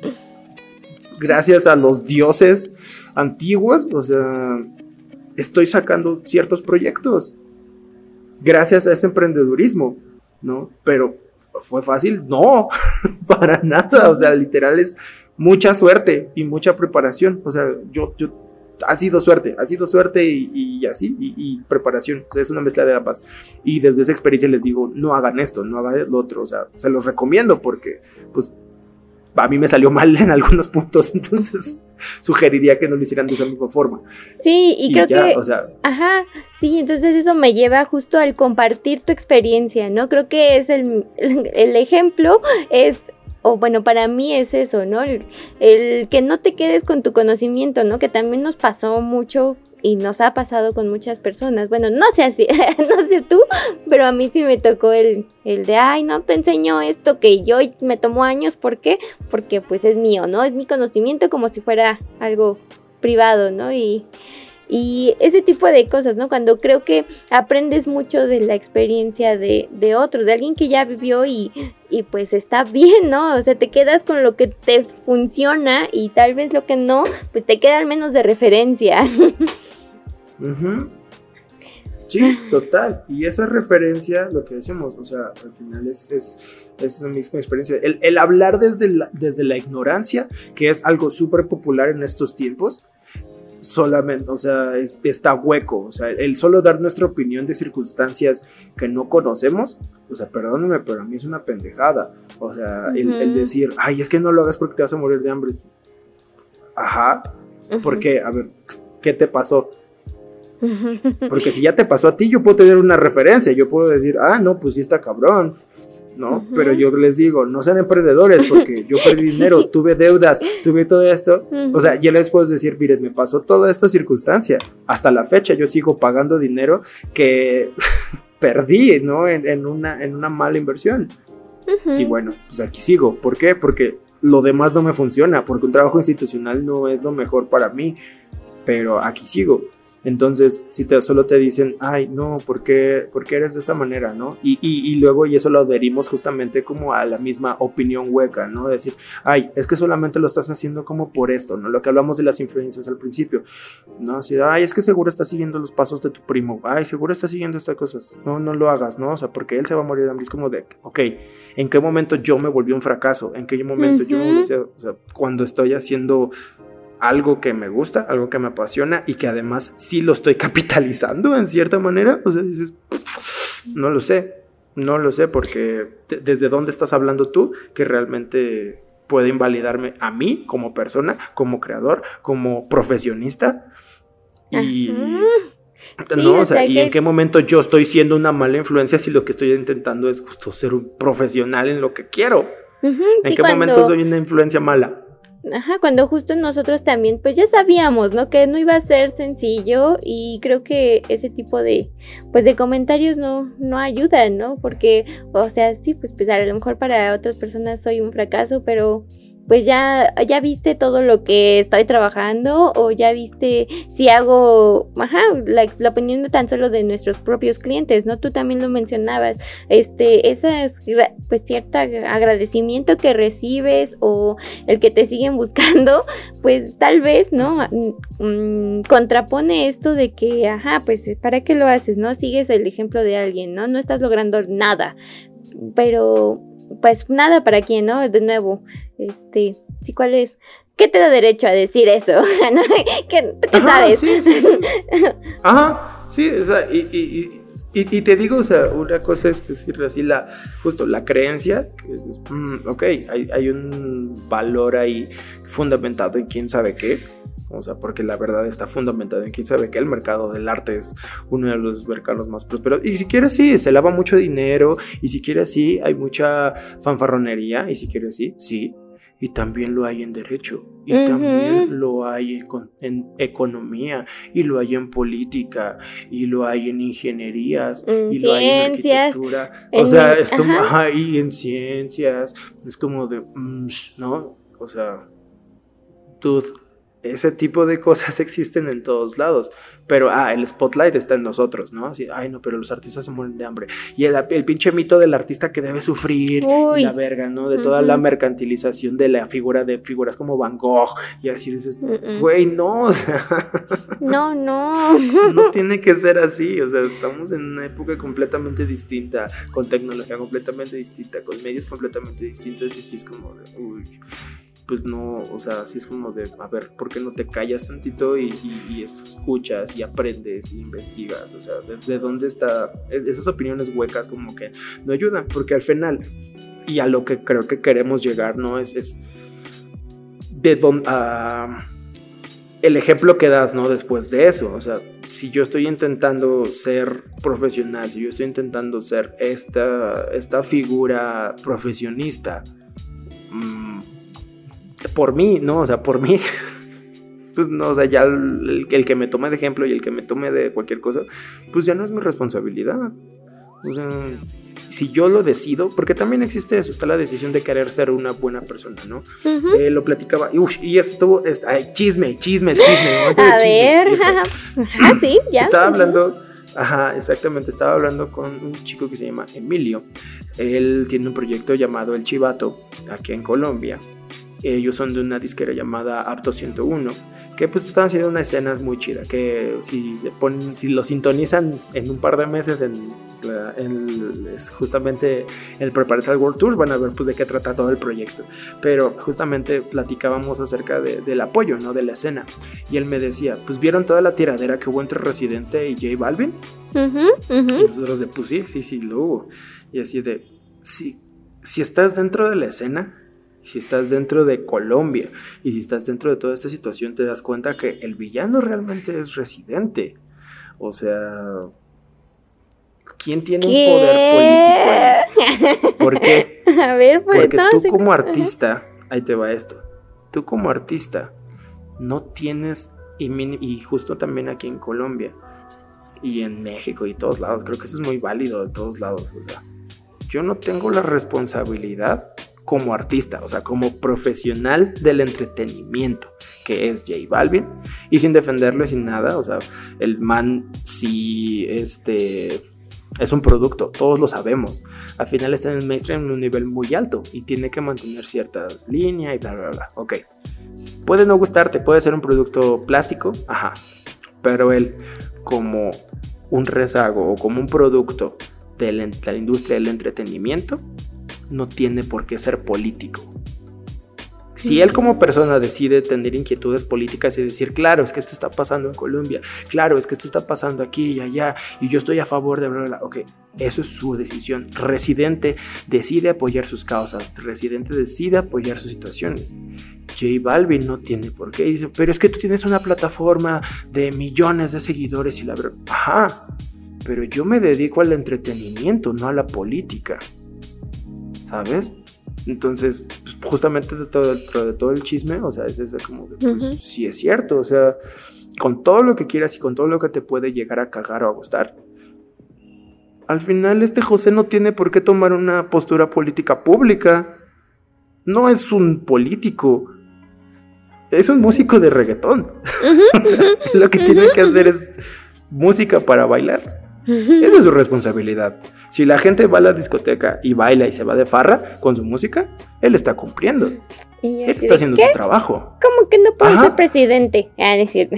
gracias a los dioses antiguos, o sea, estoy sacando ciertos proyectos, gracias a ese emprendedurismo, ¿no? Pero, ¿fue fácil? No, para nada, o sea, literal es mucha suerte y mucha preparación, o sea, yo, yo, ha sido suerte, ha sido suerte y, y así, y, y preparación, o sea, es una mezcla de ambas, y desde esa experiencia les digo, no hagan esto, no hagan lo otro, o sea, se los recomiendo porque, pues, a mí me salió mal en algunos puntos, entonces sugeriría que no lo hicieran de esa misma forma. Sí, y, Y creo ya, que, o sea, ajá, sí, entonces eso me lleva justo al compartir tu experiencia, ¿no? Creo que es el, el ejemplo, es, o bueno, para mí es eso, ¿no? El, el que no te quedes con tu conocimiento, ¿no? Que también nos pasó mucho y nos ha pasado con muchas personas. Bueno, no sé así, no sé tú, pero a mí sí me tocó el, el de, ay, no te enseño esto que yo me tomó años, ¿por qué? Porque pues es mío, ¿no? Es mi conocimiento como si fuera algo privado, ¿no? Y, y ese tipo de cosas, ¿no? Cuando creo que aprendes mucho de la experiencia de, de otros, de alguien que ya vivió y, y pues está bien, ¿no? O sea, te quedas con lo que te funciona y tal vez lo que no, pues te queda al menos de referencia. uh-huh. Sí, total, y esa referencia, lo que decimos, o sea, al final es, es, es la misma experiencia, el, el hablar desde la, desde la ignorancia, que es algo súper popular en estos tiempos, solamente, o sea, es, está hueco, o sea, el solo dar nuestra opinión de circunstancias que no conocemos, o sea, perdóname, pero a mí es una pendejada, o sea, uh-huh. el, el decir, ay, es que no lo hagas porque te vas a morir de hambre, ajá, uh-huh. ¿Por qué? A ver, ¿qué te pasó? Porque si ya te pasó a ti, yo puedo tener una referencia, yo puedo decir, ah, no, pues sí está cabrón, ¿no? Uh-huh. Pero yo les digo, no sean emprendedores porque yo perdí dinero, tuve deudas, tuve todo esto, uh-huh. O sea, ya les puedo decir, miren, me pasó toda esta circunstancia, hasta la fecha yo sigo pagando dinero que perdí, ¿no? En, en, una, en una mala inversión. Uh-huh. Y bueno, pues aquí sigo, ¿por qué? Porque lo demás no me funciona, porque un trabajo institucional no es lo mejor para mí, pero aquí sigo. Entonces, si te, solo te dicen, ay, no, ¿por qué, ¿por qué eres de esta manera, no? Y, y, y luego, y eso lo adherimos justamente como a la misma opinión hueca, ¿no? Decir, ay, es que solamente lo estás haciendo como por esto, ¿no? Lo que hablamos de las influencias al principio, ¿no? Así, ay, es que seguro estás siguiendo los pasos de tu primo, ay, seguro estás siguiendo estas cosas, no, no lo hagas, ¿no? O sea, porque él se va a morir de hambre, es como de, ok, ¿en qué momento yo me volví un fracaso? ¿En qué momento uh-huh. yo me volví, o sea, cuando estoy haciendo algo que me gusta, algo que me apasiona y que además sí lo estoy capitalizando en cierta manera, o sea, dices, no lo sé, no lo sé porque te, desde dónde estás hablando tú que realmente puede invalidarme a mí como persona, como creador, como profesionista y sí, no, o sea, o sea y que... en qué momento yo estoy siendo una mala influencia si lo que estoy intentando es justo ser un profesional en lo que quiero. Uh-huh, ¿En sí, qué cuando... momento soy una influencia mala? Ajá, cuando justo nosotros también, pues ya sabíamos, ¿no? Que no iba a ser sencillo y creo que ese tipo de, pues de comentarios no, no ayudan, ¿no? Porque, o sea, sí, pues, pues a lo mejor para otras personas soy un fracaso, pero pues ya, ya viste todo lo que estoy trabajando o ya viste si hago, ajá, la, la opinión de tan solo de nuestros propios clientes, ¿no? Tú también lo mencionabas, este, esas, pues cierto agradecimiento que recibes o el que te siguen buscando, pues tal vez, ¿no? Mm, contrapone esto de que, ajá, pues ¿para qué lo haces, no? Sigues el ejemplo de alguien, ¿no? No estás logrando nada, pero pues nada para quién, ¿no? De nuevo, este, sí, ¿cuál es? ¿Qué te da derecho a decir eso? ¿No? ¿Qué, ¿qué Ajá, sabes? Sí, sí, sí. Ajá, sí, o sea, y, y, y, y te digo, o sea, una cosa es decir así, la, justo la creencia, que es, mm, ok, hay, hay un valor ahí fundamentado en quién sabe qué. O sea, porque la verdad está fundamentada en quién sabe que el mercado del arte es uno de los mercados más prósperos. Y si quieres, sí, se lava mucho dinero. Y si quieres, sí, hay mucha fanfarronería. Y si quieres, sí, sí. Y también lo hay en derecho. Y uh-huh. también lo hay en, en economía. Y lo hay en política. Y lo hay en ingenierías. En y ciencias, lo hay en arquitectura. En, o sea, es como, ajá, y en ciencias. Es como de, mm, ¿no? O sea, tú... Ese tipo de cosas existen en todos lados. Pero, ah, el spotlight está en nosotros, ¿no? Así, ay, no, pero los artistas se mueren de hambre. Y el, el pinche mito del artista que debe sufrir. Uy. Y la verga, ¿no? De toda uh-huh. la mercantilización de la figura, de figuras como Van Gogh. Y así dices, güey, uh-uh. no, o sea. No, no. No tiene que ser así. O sea, estamos en una época completamente distinta. Con tecnología completamente distinta. Con medios completamente distintos. Y sí es como de, uy... pues no, o sea, así es como de, a ver, ¿por qué no te callas tantito y, y, y escuchas y aprendes y investigas? O sea, ¿de, de dónde está? Esas opiniones huecas como que no ayudan, porque al final, y a lo que creo que queremos llegar, ¿no? Es, es de dónde, uh, el ejemplo que das, ¿no? Después de eso, o sea, si yo estoy intentando ser profesional, si yo estoy intentando ser esta, esta figura profesionista, mmm, por mí, ¿no? O sea, por mí, pues no, o sea, ya el, el que me tome de ejemplo y el que me tome de cualquier cosa, pues ya no es mi responsabilidad. O sea, si yo lo decido, porque también existe eso, está la decisión de querer ser una buena persona, ¿no? Uh-huh. Eh, lo platicaba, y, uf, y estuvo, es, ay, chisme, chisme, chisme. A ver, ajá, sí, ya. Estaba hablando... Ajá, exactamente, estaba hablando con un chico que se llama Emilio. Él tiene un proyecto llamado El Chivato, aquí en Colombia. Ellos son de una disquera llamada Apto ciento uno, que pues están haciendo una escena muy chida, que si se ponen, si lo sintonizan en un par de meses en, la, en es justamente el Preparatory World Tour, van a ver pues de qué trata todo el proyecto. Pero justamente platicábamos acerca de, del apoyo, ¿no? De la escena. Y él me decía, pues ¿vieron toda la tiradera que hubo entre Residente y J Balvin? Uh-huh, uh-huh. Y nosotros de, pues sí, sí, sí, lo hubo. Y así de, si, si estás dentro de la escena, si estás dentro de Colombia y si estás dentro de toda esta situación, te das cuenta que el villano realmente es Residente. O sea, ¿quién tiene ¿Qué? un poder político ahí? ¿Por qué? A ver, pues, Porque no, tú sí. como artista, ahí te va esto, tú como artista no tienes, y, y justo también aquí en Colombia y en México y todos lados, creo que eso es muy válido de todos lados, o sea, yo no tengo la responsabilidad como artista, o sea, como profesional del entretenimiento, que es J Balvin, y sin defenderlo y sin nada, o sea, el man sí, este, es un producto, todos lo sabemos, al final está en el mainstream en un nivel muy alto, y tiene que mantener ciertas líneas y bla, bla, bla, ok, puede no gustarte, puede ser un producto plástico, ajá, pero él, como un rezago, o como un producto de la, de la industria del entretenimiento, no tiene por qué ser político. Si él como persona decide tener inquietudes políticas y decir, claro, es que esto está pasando en Colombia, claro, es que esto está pasando aquí y allá, y yo estoy a favor de bla, bla, bla, ok, eso es su decisión. Residente decide apoyar sus causas, Residente decide apoyar sus situaciones. J Balvin no tiene por qué, y dice, pero es que tú tienes una plataforma de millones de seguidores y la verdad, ajá, pero yo me dedico al entretenimiento, no a la política, ¿sabes? Entonces, pues, justamente de todo, dentro de todo el chisme, o sea, es ese como de, pues, Ujú. sí es cierto, o sea, con todo lo que quieras y con todo lo que te puede llegar a cagar o a gustar, al final este José no tiene por qué tomar una postura política pública. No es un político, es un músico de reggaetón. O sea, lo que tiene que hacer es música para bailar. Esa es su responsabilidad. Si la gente va a la discoteca y baila y se va de farra con su música, él está cumpliendo. Y yo Él así está de, haciendo ¿qué? su trabajo. ¿Cómo que no puedo Ajá. ser presidente? Ah, no es cierto.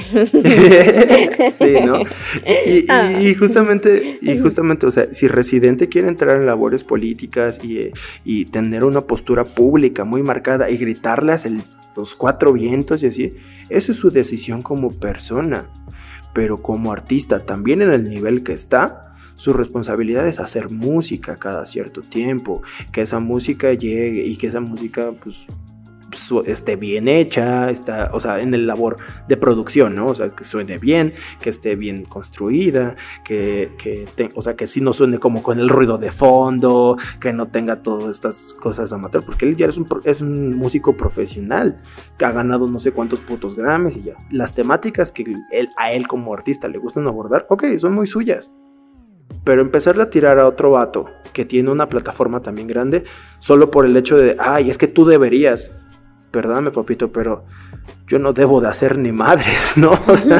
Sí, ¿no? Y, y- Ah. y justamente, y justamente, o sea, si Residente quiere entrar en labores políticas y, eh, y tener una postura pública muy marcada y gritarlas el, los cuatro vientos y así, esa es su decisión como persona. Pero como artista, también en el nivel que está, su responsabilidad es hacer música cada cierto tiempo, que esa música llegue y que esa música, pues, su- esté bien hecha, está, o sea, en el labor de producción, ¿no? O sea, que suene bien, que esté bien construida, que, que te- o sea, que sí no suene como con el ruido de fondo, que no tenga todas estas cosas amateur, porque él ya es un, pro- es un músico profesional, que ha ganado no sé cuántos putos Grammys y ya. Las temáticas que él, a él como artista le gustan abordar, ok, son muy suyas. Pero empezarle a tirar a otro vato que tiene una plataforma también grande, solo por el hecho de, ay, es que tú deberías. Perdóname, papito, pero yo no debo de hacer ni madres, ¿no? O sea,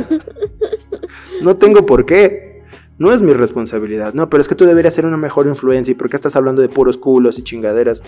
no tengo por qué. No es mi responsabilidad. No, pero es que tú deberías ser una mejor influencia. ¿Y por qué estás hablando de puros culos y chingaderas?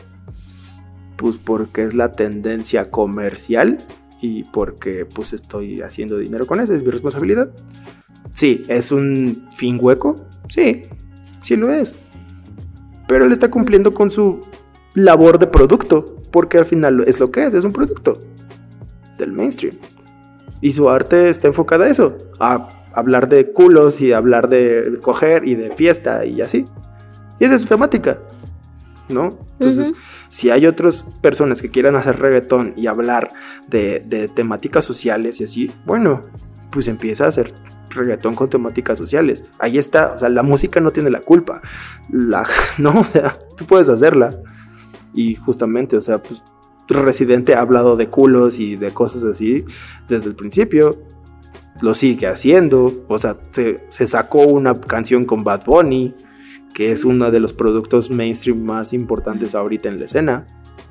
Pues porque es la tendencia comercial y porque pues estoy haciendo dinero con eso. Es mi responsabilidad. Sí, ¿es un fin hueco? Sí, sí lo es. Pero él está cumpliendo con su labor de producto. Porque al final es lo que es, es un producto del mainstream. Y su arte está enfocada a eso, a hablar de culos y hablar de coger y de fiesta y así. Y esa es su temática, ¿no? Entonces, uh-huh. si hay otras personas que quieran hacer reggaetón y hablar de, de temáticas sociales y así, bueno, pues empieza a hacer reggaetón con temáticas sociales. Ahí está, o sea, la música no tiene la culpa. La, no, o sea, tú puedes hacerla. Y justamente, o sea, pues Residente ha hablado de culos y de cosas así desde el principio. Lo sigue haciendo. O sea, se, se sacó una canción con Bad Bunny, que es uno de los productos mainstream más importantes ahorita en la escena.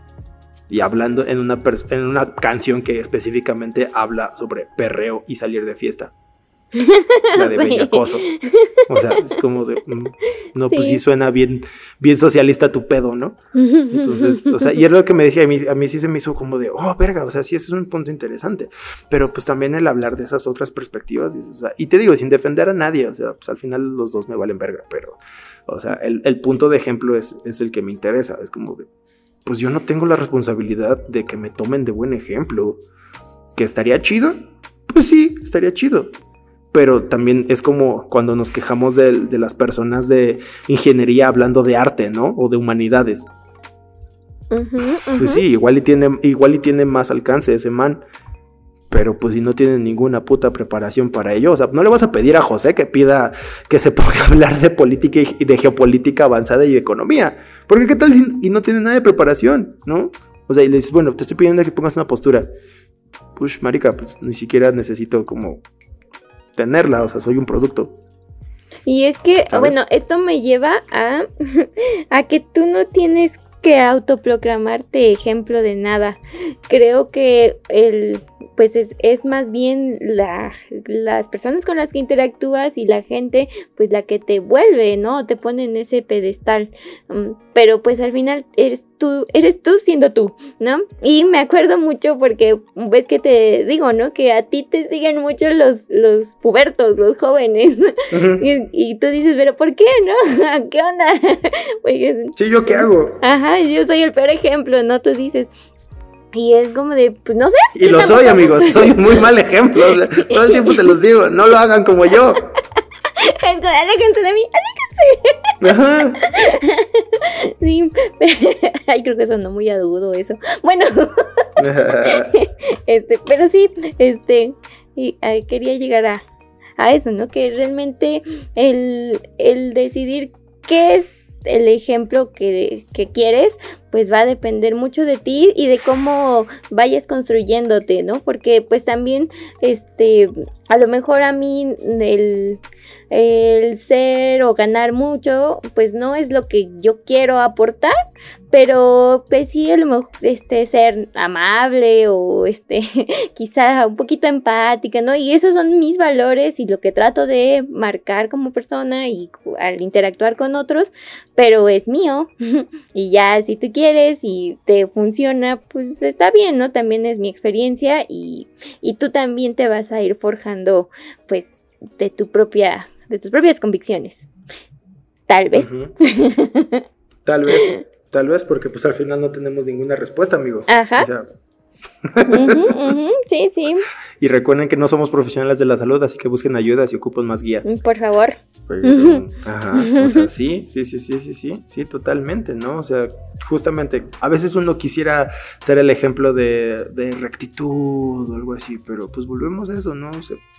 Y hablando en una, pers- en una canción que específicamente habla sobre perreo y salir de fiesta. La de sí. Bellacoso. O sea, es como de mm, no, sí. Pues sí suena bien, bien socialista tu pedo, ¿no? Entonces, o sea, y es lo que me decía, a mí, a mí sí se me hizo como de, oh, verga, o sea, sí, ese es un punto interesante. Pero pues también el hablar de esas otras perspectivas, y, o sea, y te digo, sin defender a nadie, o sea, pues al final los dos me valen verga, pero, o sea, el, el punto de ejemplo es, es el que me interesa, es como de, pues yo no tengo la responsabilidad de que me tomen de buen ejemplo. ¿Que estaría chido? Pues sí, estaría chido. Pero también es como cuando nos quejamos de, de las personas de ingeniería hablando de arte, ¿no? O de humanidades. Uh-huh, uh-huh. Pues sí, igual y, tiene, igual y tiene más alcance ese man. Pero pues si no tiene ninguna puta preparación para ello, o sea, no le vas a pedir a José que pida que se ponga a hablar de política y de geopolítica avanzada y de economía. Porque qué tal si y no tiene nada de preparación, ¿no? O sea, y le dices, bueno, te estoy pidiendo que pongas una postura. Pues, marica, pues ni siquiera necesito como tenerla, o sea, soy un producto. Y es que, ¿sabes? Bueno, esto me lleva a, a que tú no tienes que autoproclamarte ejemplo de nada. Creo que el pues es, es más bien la, las personas con las que interactúas y la gente, pues la que te vuelve, ¿no? Te pone en ese pedestal. Um, pero pues al final eres tú, eres tú siendo tú, ¿no? Y me acuerdo mucho porque ves que te digo, ¿no? Que a ti te siguen mucho los, los pubertos, los jóvenes. Uh-huh. y, y tú dices, ¿pero por qué, no? ¿Qué onda? Sí, ¿yo qué hago? Ajá, yo soy el peor ejemplo, ¿no? Tú dices... Y es como de, pues no sé. Y lo soy, amigos, soy un muy mal ejemplo. Todo el tiempo se los digo, no lo hagan como yo. Es como, aléjense de mí, aléjense. Ajá. Sí, ay, creo que sonó muy agudo eso. Bueno, este, pero sí, este, y, ay, quería llegar a, a eso, ¿no? Que realmente el, el decidir qué es el ejemplo que, que quieres, pues va a depender mucho de ti y de cómo vayas construyéndote, ¿no? Porque pues también, este, a lo mejor a mí el, el ser o ganar mucho, pues no es lo que yo quiero aportar, pero pues sí, a lo mejor este, ser amable o este, quizá un poquito empática, ¿no? Y esos son mis valores y lo que trato de marcar como persona y al interactuar con otros, pero es mío. Y ya si tú quieres y te funciona, pues está bien, ¿no? También es mi experiencia y, y tú también te vas a ir forjando, pues, de tu propia, de tus propias convicciones. Tal vez. Uh-huh. Tal vez. Tal vez porque pues al final no tenemos ninguna respuesta, amigos. Ajá. O sea... uh-huh, uh-huh. Sí, sí. Y recuerden que no somos profesionales de la salud, así que busquen ayuda si ocupan más guía. Por favor. Pero, uh-huh. Ajá, o sea, sí, sí, sí, sí, sí, sí, sí, totalmente, ¿no? O sea, justamente, a veces uno quisiera ser el ejemplo de, de rectitud o algo así, pero pues volvemos a eso, ¿no? O sea,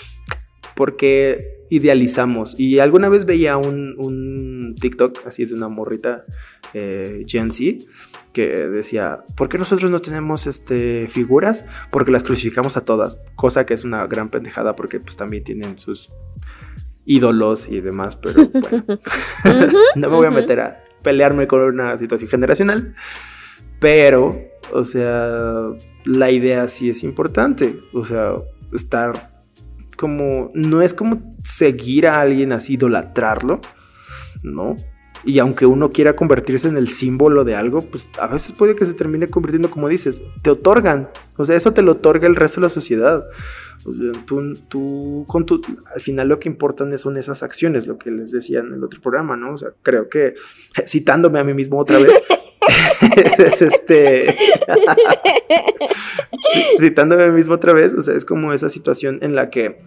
porque idealizamos. Y alguna vez veía un, un TikTok así de una morrita eh, Gen Z que decía, ¿por qué nosotros no tenemos este, figuras? Porque las crucificamos a todas, cosa que es una gran pendejada porque pues también tienen sus ídolos y demás, pero bueno, no me voy a meter a pelearme con una situación generacional, pero, o sea, la idea sí es importante, o sea, estar como, no es como seguir a alguien así, idolatrarlo, ¿no? Y aunque uno quiera convertirse en el símbolo de algo, pues a veces puede que se termine convirtiendo, como dices, te otorgan, o sea, eso te lo otorga el resto de la sociedad. O sea, tú, tú con tu, al final lo que importan son esas acciones, lo que les decía en el otro programa, ¿no? O sea, creo que, citándome a mí mismo otra vez, es este, citándome a mí mismo otra vez, o sea, es como esa situación en la que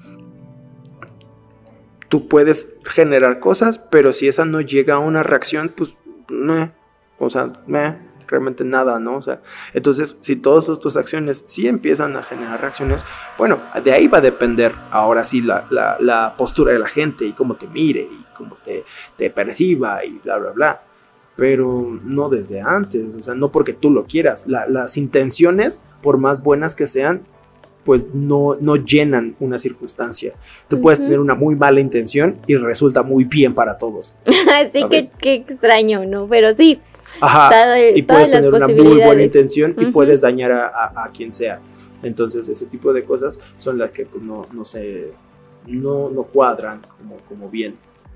tú puedes generar cosas, pero si esa no llega a una reacción, pues, meh, o sea, meh, realmente nada, ¿no? O sea, entonces, si todas tus acciones sí empiezan a generar reacciones, bueno, de ahí va a depender ahora sí la, la, la postura de la gente y cómo te mire y cómo te, te perciba y bla, bla, bla. Pero no desde antes, o sea, no porque tú lo quieras. La, las intenciones, por más buenas que sean, pues no, no llenan una circunstancia. Tú uh-huh. puedes tener una muy mala intención y resulta muy bien para todos. Así que qué extraño, ¿no? Pero sí. Ajá, todo, y puedes tener una muy buena intención uh-huh. y puedes dañar a, a, a quien sea. Entonces ese tipo de cosas son las que pues no, no se no, no cuadran como, como bien.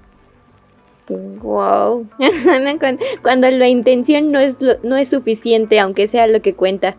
Wow. Cuando la intención no es, lo, no es suficiente, aunque sea lo que cuenta.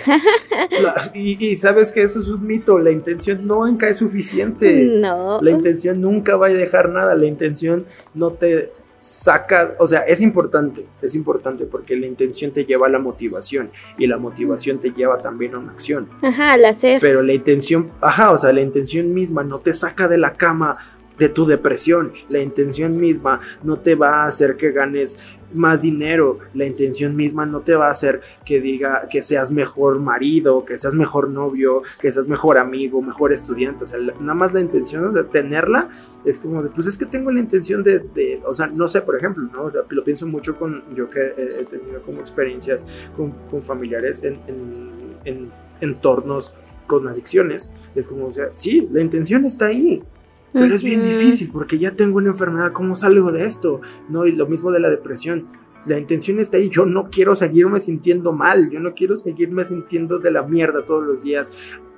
La, y, y sabes que eso es un mito. La intención nunca es suficiente. No. La intención nunca va a dejar nada. La intención no te saca, o sea, es importante, es importante porque la intención te lleva a la motivación y la motivación te lleva también a una acción. Ajá, al hacer. Pero la intención, ajá, o sea, la intención misma no te saca de la cama de tu depresión. La intención misma no te va a hacer que ganes más dinero. La intención misma no te va a hacer que diga que seas mejor marido, que seas mejor novio, que seas mejor amigo, mejor estudiante. O sea, la, nada más la intención de tenerla es como de, pues es que tengo la intención de, de o sea, no sé, por ejemplo, ¿no? O sea, lo pienso mucho con, yo que he, he tenido como experiencias con, con familiares en, en, en entornos con adicciones. Es como, o sea, sí, la intención está ahí. Pero uh-huh. es bien difícil porque ya tengo una enfermedad, ¿cómo salgo de esto? ¿No? Y lo mismo de la depresión. La intención está ahí, yo no quiero seguirme sintiendo mal, yo no quiero seguirme sintiendo de la mierda todos los días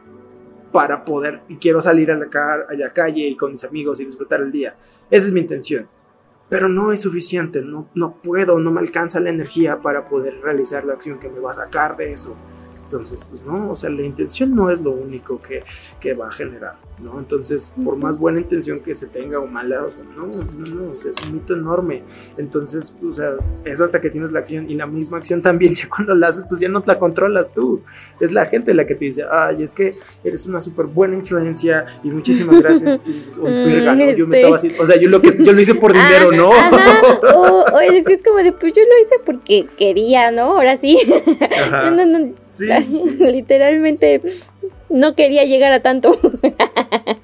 para poder, y quiero salir a la, ca- a la calle y con mis amigos y disfrutar el día. Esa es mi intención. Pero no es suficiente, no, no puedo, no me alcanza la energía para poder realizar la acción que me va a sacar de eso. Entonces, pues no, o sea, la intención no es lo único que, que va a generar, ¿no? Entonces, por más buena intención que se tenga o mala, o sea, no, no, no, o sea, es un mito enorme. Entonces, o sea, es hasta que tienes la acción y la misma acción también, ya cuando la haces, pues ya no la controlas tú. Es la gente la que te dice, ay, es que eres una súper buena influencia y muchísimas gracias. Y tú dices, oh, verga, ¿no? Yo me estaba haciendo, o sea, yo lo, que, yo lo hice por dinero, ¿no? O, o es que es como de, pues yo lo hice porque quería, ¿no? Ahora sí. Ajá. No, no, no. Sí. Sí. Literalmente no quería llegar a tanto.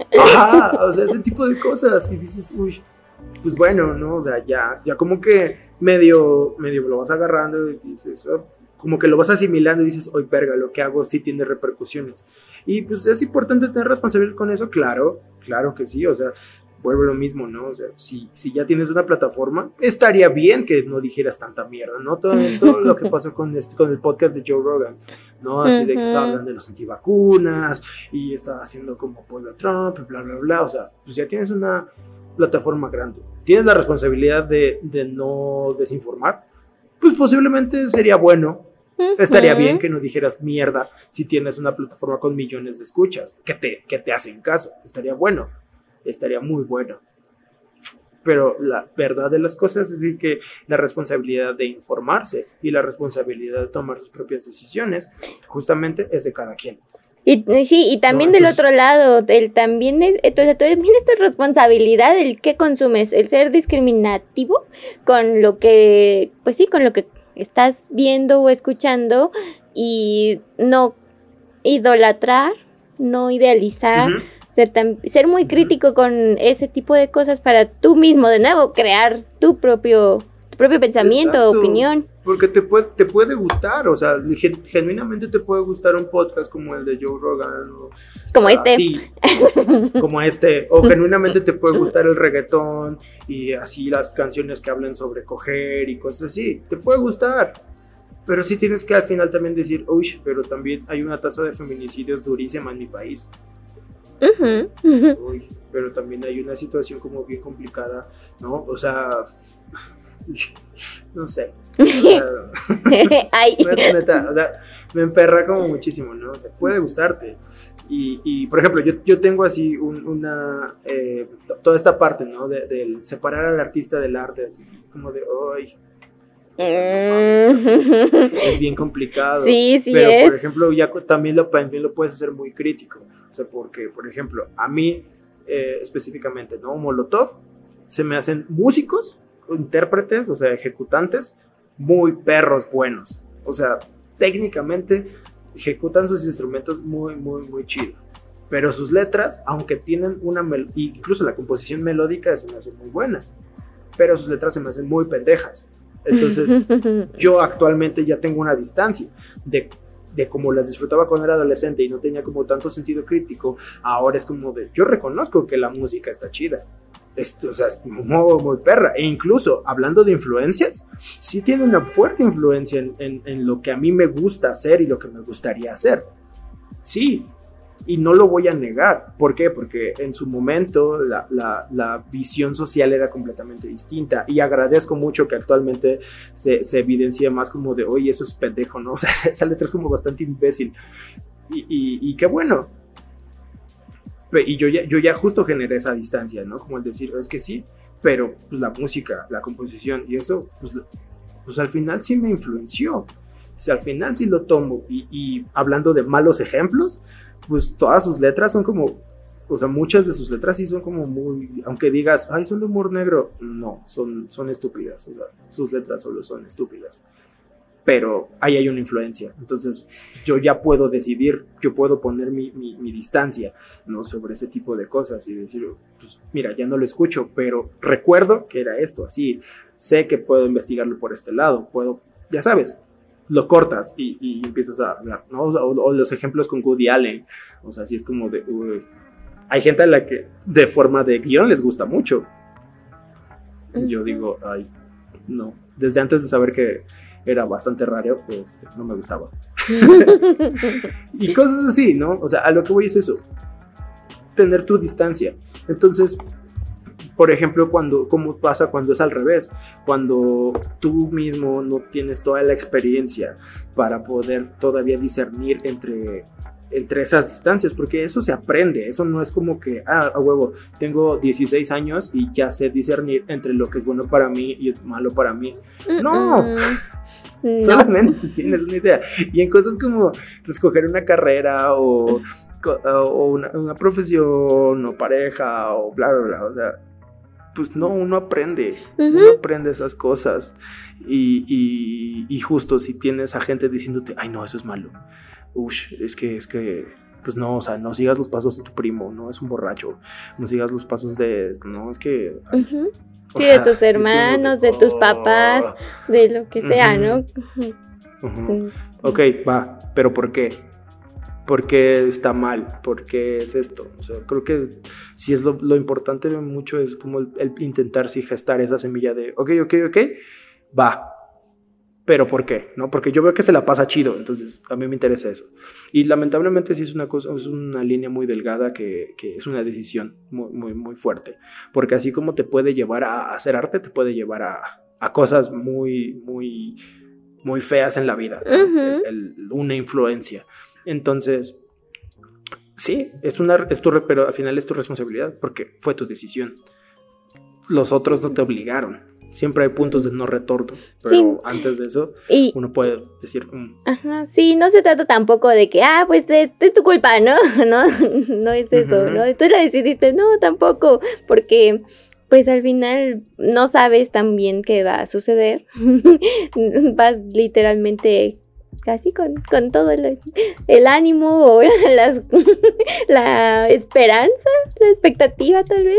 Ajá, o sea, ese tipo de cosas. Y dices, uy, pues bueno, ¿no? O sea, ya, ya como que medio, medio lo vas agarrando y dices, oh, como que lo vas asimilando y dices, oye, verga, lo que hago sí tiene repercusiones. Y pues es importante tener responsabilidad con eso, claro, claro que sí, o sea, vuelve lo mismo, ¿no? O sea, si, si ya tienes una plataforma, estaría bien que no dijeras tanta mierda, ¿no? Todo, todo lo que pasó con, este, con el podcast de Joe Rogan, ¿no? Así uh-huh. de que estaba hablando de los antivacunas y estaba haciendo como apoyo a Trump, bla, bla, bla, o sea, pues ya tienes una plataforma grande. Tienes la responsabilidad de, de no desinformar, pues posiblemente sería bueno. Uh-huh. Estaría bien que no dijeras mierda si tienes una plataforma con millones de escuchas que te, que te hacen caso, estaría bueno. Estaría muy bueno. Pero la verdad de las cosas es decir que la responsabilidad de informarse y la responsabilidad de tomar sus propias decisiones justamente es de cada quien. Y sí, y también no, entonces, del otro lado, el también es, entonces también es tu responsabilidad el que consumes, el ser discriminativo con lo que, pues sí, con lo que estás viendo o escuchando y no idolatrar, no idealizar. Uh-huh. Ser, tan, ser muy crítico con ese tipo de cosas para tú mismo, de nuevo, crear tu propio, tu propio pensamiento, exacto, opinión. Porque te puede, te puede gustar, o sea, genuinamente te puede gustar un podcast como el de Joe Rogan. O, como este. Así, como este. O genuinamente te puede gustar el reggaetón y así las canciones que hablan sobre coger y cosas así. Te puede gustar. Pero sí tienes que al final también decir, uy, pero también hay una tasa de feminicidios durísima en mi país. Uh-huh, uh-huh. Uy, pero también hay una situación como bien complicada, ¿no? O sea, no sé. O sea, Ay. neta, neta, o sea, me emperra como muchísimo, ¿no? O sea, puede gustarte. Y, y por ejemplo, yo, yo tengo así un, una, eh, toda esta parte, ¿no? De, de separar al artista del arte, así, como de, ¡ay! O sea, no, es bien complicado. Sí, sí pero, es. por ejemplo, ya también lo, también lo puedes hacer muy crítico. O sea, porque, por ejemplo, a mí eh, específicamente, ¿no? Molotov se me hacen músicos, intérpretes, o sea, ejecutantes, muy perros buenos. O sea, técnicamente ejecutan sus instrumentos muy, muy, muy chido. Pero sus letras, aunque tienen una... Mel- incluso la composición melódica se me hace muy buena. Pero sus letras se me hacen muy pendejas. Entonces, yo actualmente ya tengo una distancia de... de cómo las disfrutaba cuando era adolescente y no tenía como tanto sentido crítico, ahora es como de, yo reconozco que la música está chida, Esto, o sea, es muy, muy perra, e incluso, hablando de influencias, sí tiene una fuerte influencia en, en, en lo que a mí me gusta hacer y lo que me gustaría hacer, sí, y no lo voy a negar. ¿Por qué? Porque en su momento la, la, la visión social era completamente distinta y agradezco mucho que actualmente se, se evidencie más como de, oye, eso es pendejo, ¿no? O sea, esa letra es como bastante imbécil y, y, y qué bueno. Y yo ya, yo ya justo generé esa distancia, ¿no? Como el decir, es que sí, pero pues, la música, la composición y eso, pues, pues al final sí me influenció. O sea, al final sí lo tomo y, y hablando de malos ejemplos, pues todas sus letras son como, o sea, muchas de sus letras sí son como muy, aunque digas, ay, son de humor negro, no, son, son estúpidas, o sea, sus letras solo son estúpidas, pero ahí hay una influencia, entonces yo ya puedo decidir, yo puedo poner mi, mi, mi distancia, ¿no? Sobre ese tipo de cosas y decir, pues mira, ya no lo escucho, pero recuerdo que era esto, así, sé que puedo investigarlo por este lado, puedo, ya sabes, lo cortas y, y empiezas a hablar, ¿no? O, o los ejemplos con Woody Allen, o sea, así es como de... Uh, hay gente a la que de forma de guión les gusta mucho. Y yo digo, ay, no. Desde antes de saber que era bastante raro, pues no me gustaba. Y cosas así, ¿no? O sea, a lo que voy es eso. Tener tu distancia. Entonces... Por ejemplo, cuando, ¿cómo pasa cuando es al revés? Cuando tú mismo no tienes toda la experiencia para poder todavía discernir entre, entre esas distancias, porque eso se aprende, eso no es como que, ah, a huevo, tengo dieciséis años y ya sé discernir entre lo que es bueno para mí y malo para mí. Mm-mm. No, no. Solamente tienes una idea. Y en cosas como escoger una carrera o, o una, una profesión o pareja o bla, bla, bla, o sea, pues no, uno aprende, uh-huh. uno aprende esas cosas y, y, y justo si tienes a gente diciéndote, ay no, eso es malo, uff, es que, es que pues no, o sea, no sigas los pasos de tu primo, no es un borracho, no sigas los pasos de, no, es que... Ay, uh-huh. o Sí, sea, de tus hermanos, de, de tus papás, de lo que sea, uh-huh. ¿no? Uh-huh. Uh-huh. Ok, va, pero ¿por qué? ¿Por qué está mal? ¿Por qué es esto? O sea, creo que sí es lo, lo importante mucho es como el, el intentar sí gestar esa semilla de, ok, ok, ok, va, pero ¿por qué? ¿No? Porque yo veo que se la pasa chido, entonces a mí me interesa eso. Y lamentablemente sí es una cosa, es una línea muy delgada que, que es una decisión muy, muy, muy fuerte, porque así como te puede llevar a hacer arte, te puede llevar a, a cosas muy, muy, muy feas en la vida, ¿no? Uh-huh. el, el, una influencia. Entonces, sí, es una, es tu, pero al final es tu responsabilidad porque fue tu decisión. Los otros no te obligaron. Siempre hay puntos de no retorno, pero sí. Antes de eso, y, uno puede decir... Mm. Ajá, sí, no se trata tampoco de que, ah, pues es, es tu culpa, ¿no? No, no es eso, uh-huh. ¿no? Tú la decidiste, no, tampoco, porque... Pues al final no sabes tan bien qué va a suceder. Vas literalmente casi con, con todo el, el ánimo o las, la esperanza, la expectativa tal vez,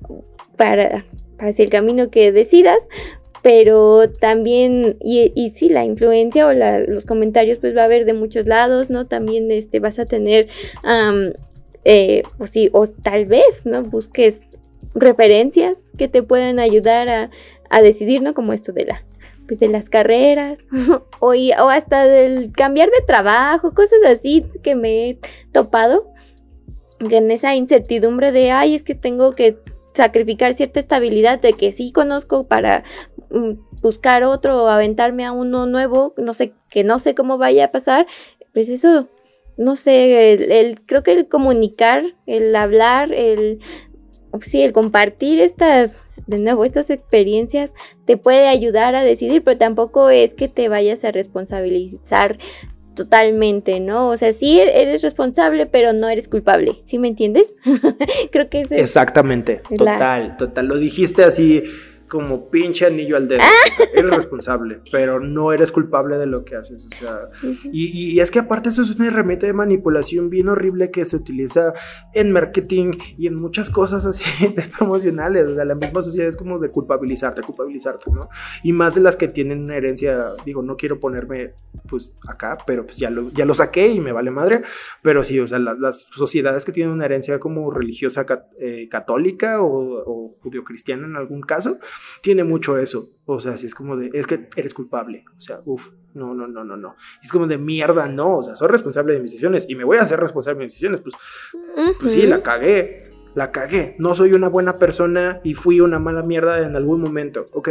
para hacia el camino que decidas. Pero también, y, y sí, la influencia o la, los comentarios pues va a haber de muchos lados, ¿no? También este, vas a tener, um, eh, pues sí, o tal vez, ¿no? Busques referencias que te puedan ayudar a, a decidir, ¿no? Como esto de la pues de las carreras o, y, o hasta del cambiar de trabajo, cosas así que me he topado, que en esa incertidumbre de, ay, es que tengo que sacrificar cierta estabilidad de que sí conozco para um, buscar otro o aventarme a uno nuevo, no sé, que no sé cómo vaya a pasar, pues eso, no sé, el, el creo que el comunicar, el hablar, el sí, el compartir estas, de nuevo, estas experiencias te puede ayudar a decidir, pero tampoco es que te vayas a responsabilizar totalmente, ¿no? O sea, sí eres responsable, pero no eres culpable, ¿sí me entiendes? Creo que eso es... Exactamente, total, la... total, lo dijiste así como pinche anillo al dedo, ¡ah! O sea, eres responsable, pero no eres culpable de lo que haces, o sea, uh-huh. y, y es que aparte eso es una herramienta de manipulación bien horrible que se utiliza en marketing y en muchas cosas así de promocionales, o sea, la misma sociedad es como de culpabilizarte, culpabilizarte, ¿no? Y más de las que tienen una herencia, digo, no quiero ponerme, pues, acá, pero pues ya lo, ya lo saqué y me vale madre, pero sí, o sea, la, las sociedades que tienen una herencia como religiosa cat, eh, católica o, o judeocristiana en algún caso, tiene mucho eso, o sea, si es como de, es que eres culpable, o sea, uff, no, no, no, no, no, es como de mierda, no, o sea, soy responsable de mis decisiones y me voy a hacer responsable de mis decisiones, pues, uh-huh. pues sí, la cagué, la cagué, no soy una buena persona y fui una mala mierda en algún momento, ok,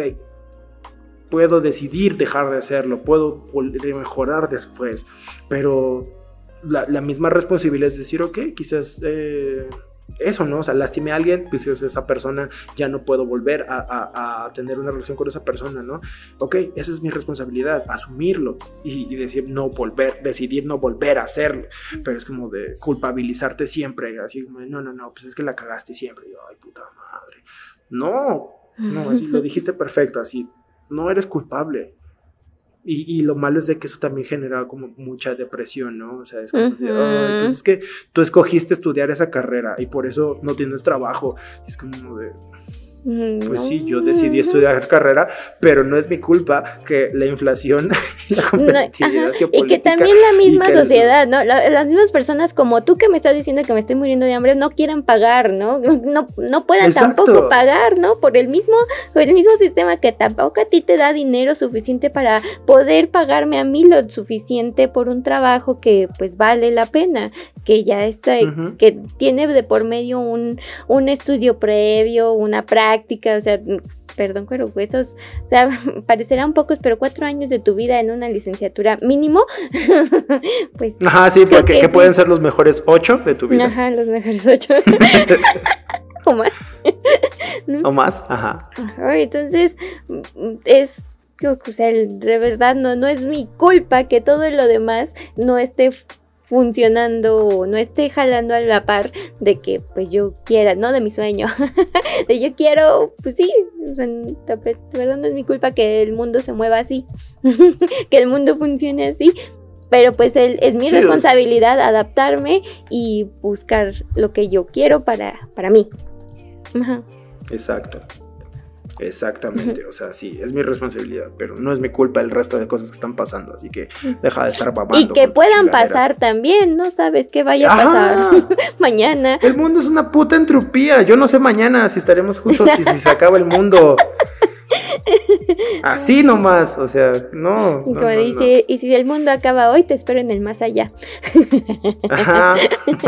puedo decidir dejar de hacerlo, puedo mejorar después, pero la, la misma responsabilidad es decir, ok, quizás, eh, eso, ¿no? O sea, lastimé a alguien, pues esa persona ya no puedo volver a, a, a tener una relación con esa persona, ¿no? Ok, esa es mi responsabilidad, asumirlo y, y decir no volver, decidir no volver a hacerlo, pero es como de culpabilizarte siempre, así como de no, no, no, pues es que la cagaste siempre, y yo, ay, puta madre, no, no, así lo dijiste perfecto, así, no eres culpable. Y, y lo malo es de que eso también genera como mucha depresión, ¿no? O sea, es como uh-huh. de, oh, pues es que tú escogiste estudiar esa carrera y por eso no tienes trabajo. Y es como de, pues sí, yo decidí estudiar carrera, pero no es mi culpa que la inflación y la competitividad no, y que también la misma sociedad, los... ¿no? La, las mismas personas como tú que me estás diciendo que me estoy muriendo de hambre no quieran pagar, ¿no? No, no puedan Exacto. tampoco pagar, ¿no? Por el mismo, por el mismo sistema que tampoco a ti te da dinero suficiente para poder pagarme a mí lo suficiente por un trabajo que pues vale la pena, que ya está, uh-huh. que tiene de por medio un, un estudio previo, una práctica, o sea, perdón, pero estos, o sea, parecerán pocos, pero cuatro años de tu vida en una licenciatura mínimo, pues. Ajá, sí, porque que, que sí. pueden ser los mejores ocho de tu vida. Ajá, los mejores ocho. O más. ¿No? O más, ajá. Ajá, entonces, es, o sea, de verdad no, no es mi culpa que todo lo demás no esté funcionando o no esté jalando a la par de que pues yo quiera, no de mi sueño, de yo quiero, pues sí, o sea, de verdad no es mi culpa que el mundo se mueva así, que el mundo funcione así, pero pues el, es mi Sí, responsabilidad adaptarme y buscar lo que yo quiero para, para mí. Ajá. Exacto. Exactamente, o sea, sí, es mi responsabilidad, pero no es mi culpa el resto de cosas que están pasando, así que deja de estar babando. Y que con tus puedan chingaderas. pasar también, no sabes qué vaya a ¡Ah! pasar mañana. El mundo es una puta entropía, yo no sé mañana si estaremos juntos y si se acaba el mundo. Así nomás, o sea, no. Y no, como no, dice, y si el mundo acaba hoy, te espero en el más allá. no. Ajá.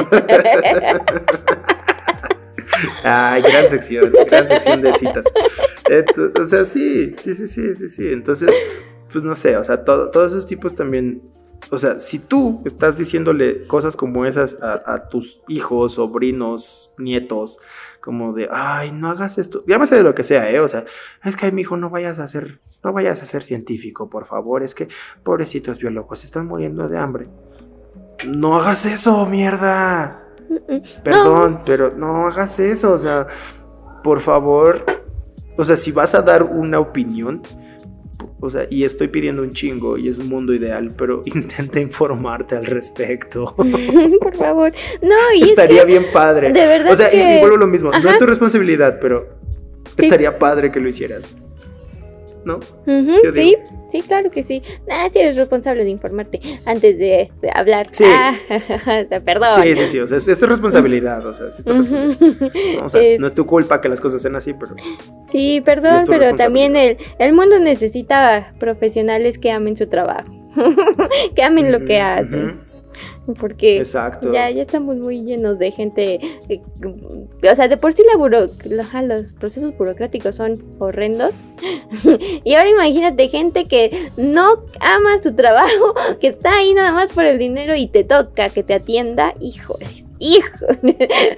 Ay, gran sección, gran sección de citas. Entonces, o sea, sí, sí, sí, sí, sí, sí. Entonces, pues no sé, o sea, todo, todos esos tipos también, o sea, si tú estás diciéndole cosas como esas a, a tus hijos, sobrinos, nietos, como de, ay, no hagas esto, llámese de lo que sea, ¿eh? O sea, es que, mi hijo, no vayas a ser, no vayas a ser científico, por favor, es que pobrecitos biólogos están muriendo de hambre. No hagas eso, mierda. Perdón, no. Pero no hagas eso, o sea, por favor, o sea, si vas a dar una opinión, o sea, y estoy pidiendo un chingo y es un mundo ideal, pero intenta informarte al respecto. Por favor, no, y estaría es que, bien padre. De verdad o sea, que... y, y vuelvo a lo mismo, Ajá. No es tu responsabilidad, pero sí. Estaría padre que lo hicieras, ¿no? Uh-huh, sí, sí, claro que sí. Ah, sí eres responsable de informarte antes de, de hablar. Sí. Ah, perdón. Sí, sí, sí, o sea, es, es tu responsabilidad, o sea, sí es tu responsabilidad. No, o sea, es... no es tu culpa que las cosas sean así, pero... Sí, perdón, sí pero también el, el mundo necesita profesionales que amen su trabajo, que amen uh-huh, lo que hacen. Uh-huh. Porque Exacto. ya, ya estamos muy llenos de gente, eh, o sea, de por sí la buro, los procesos burocráticos son horrendos. Y ahora imagínate gente que no ama su trabajo, que está ahí nada más por el dinero y te toca que te atienda, híjoles, híjoles.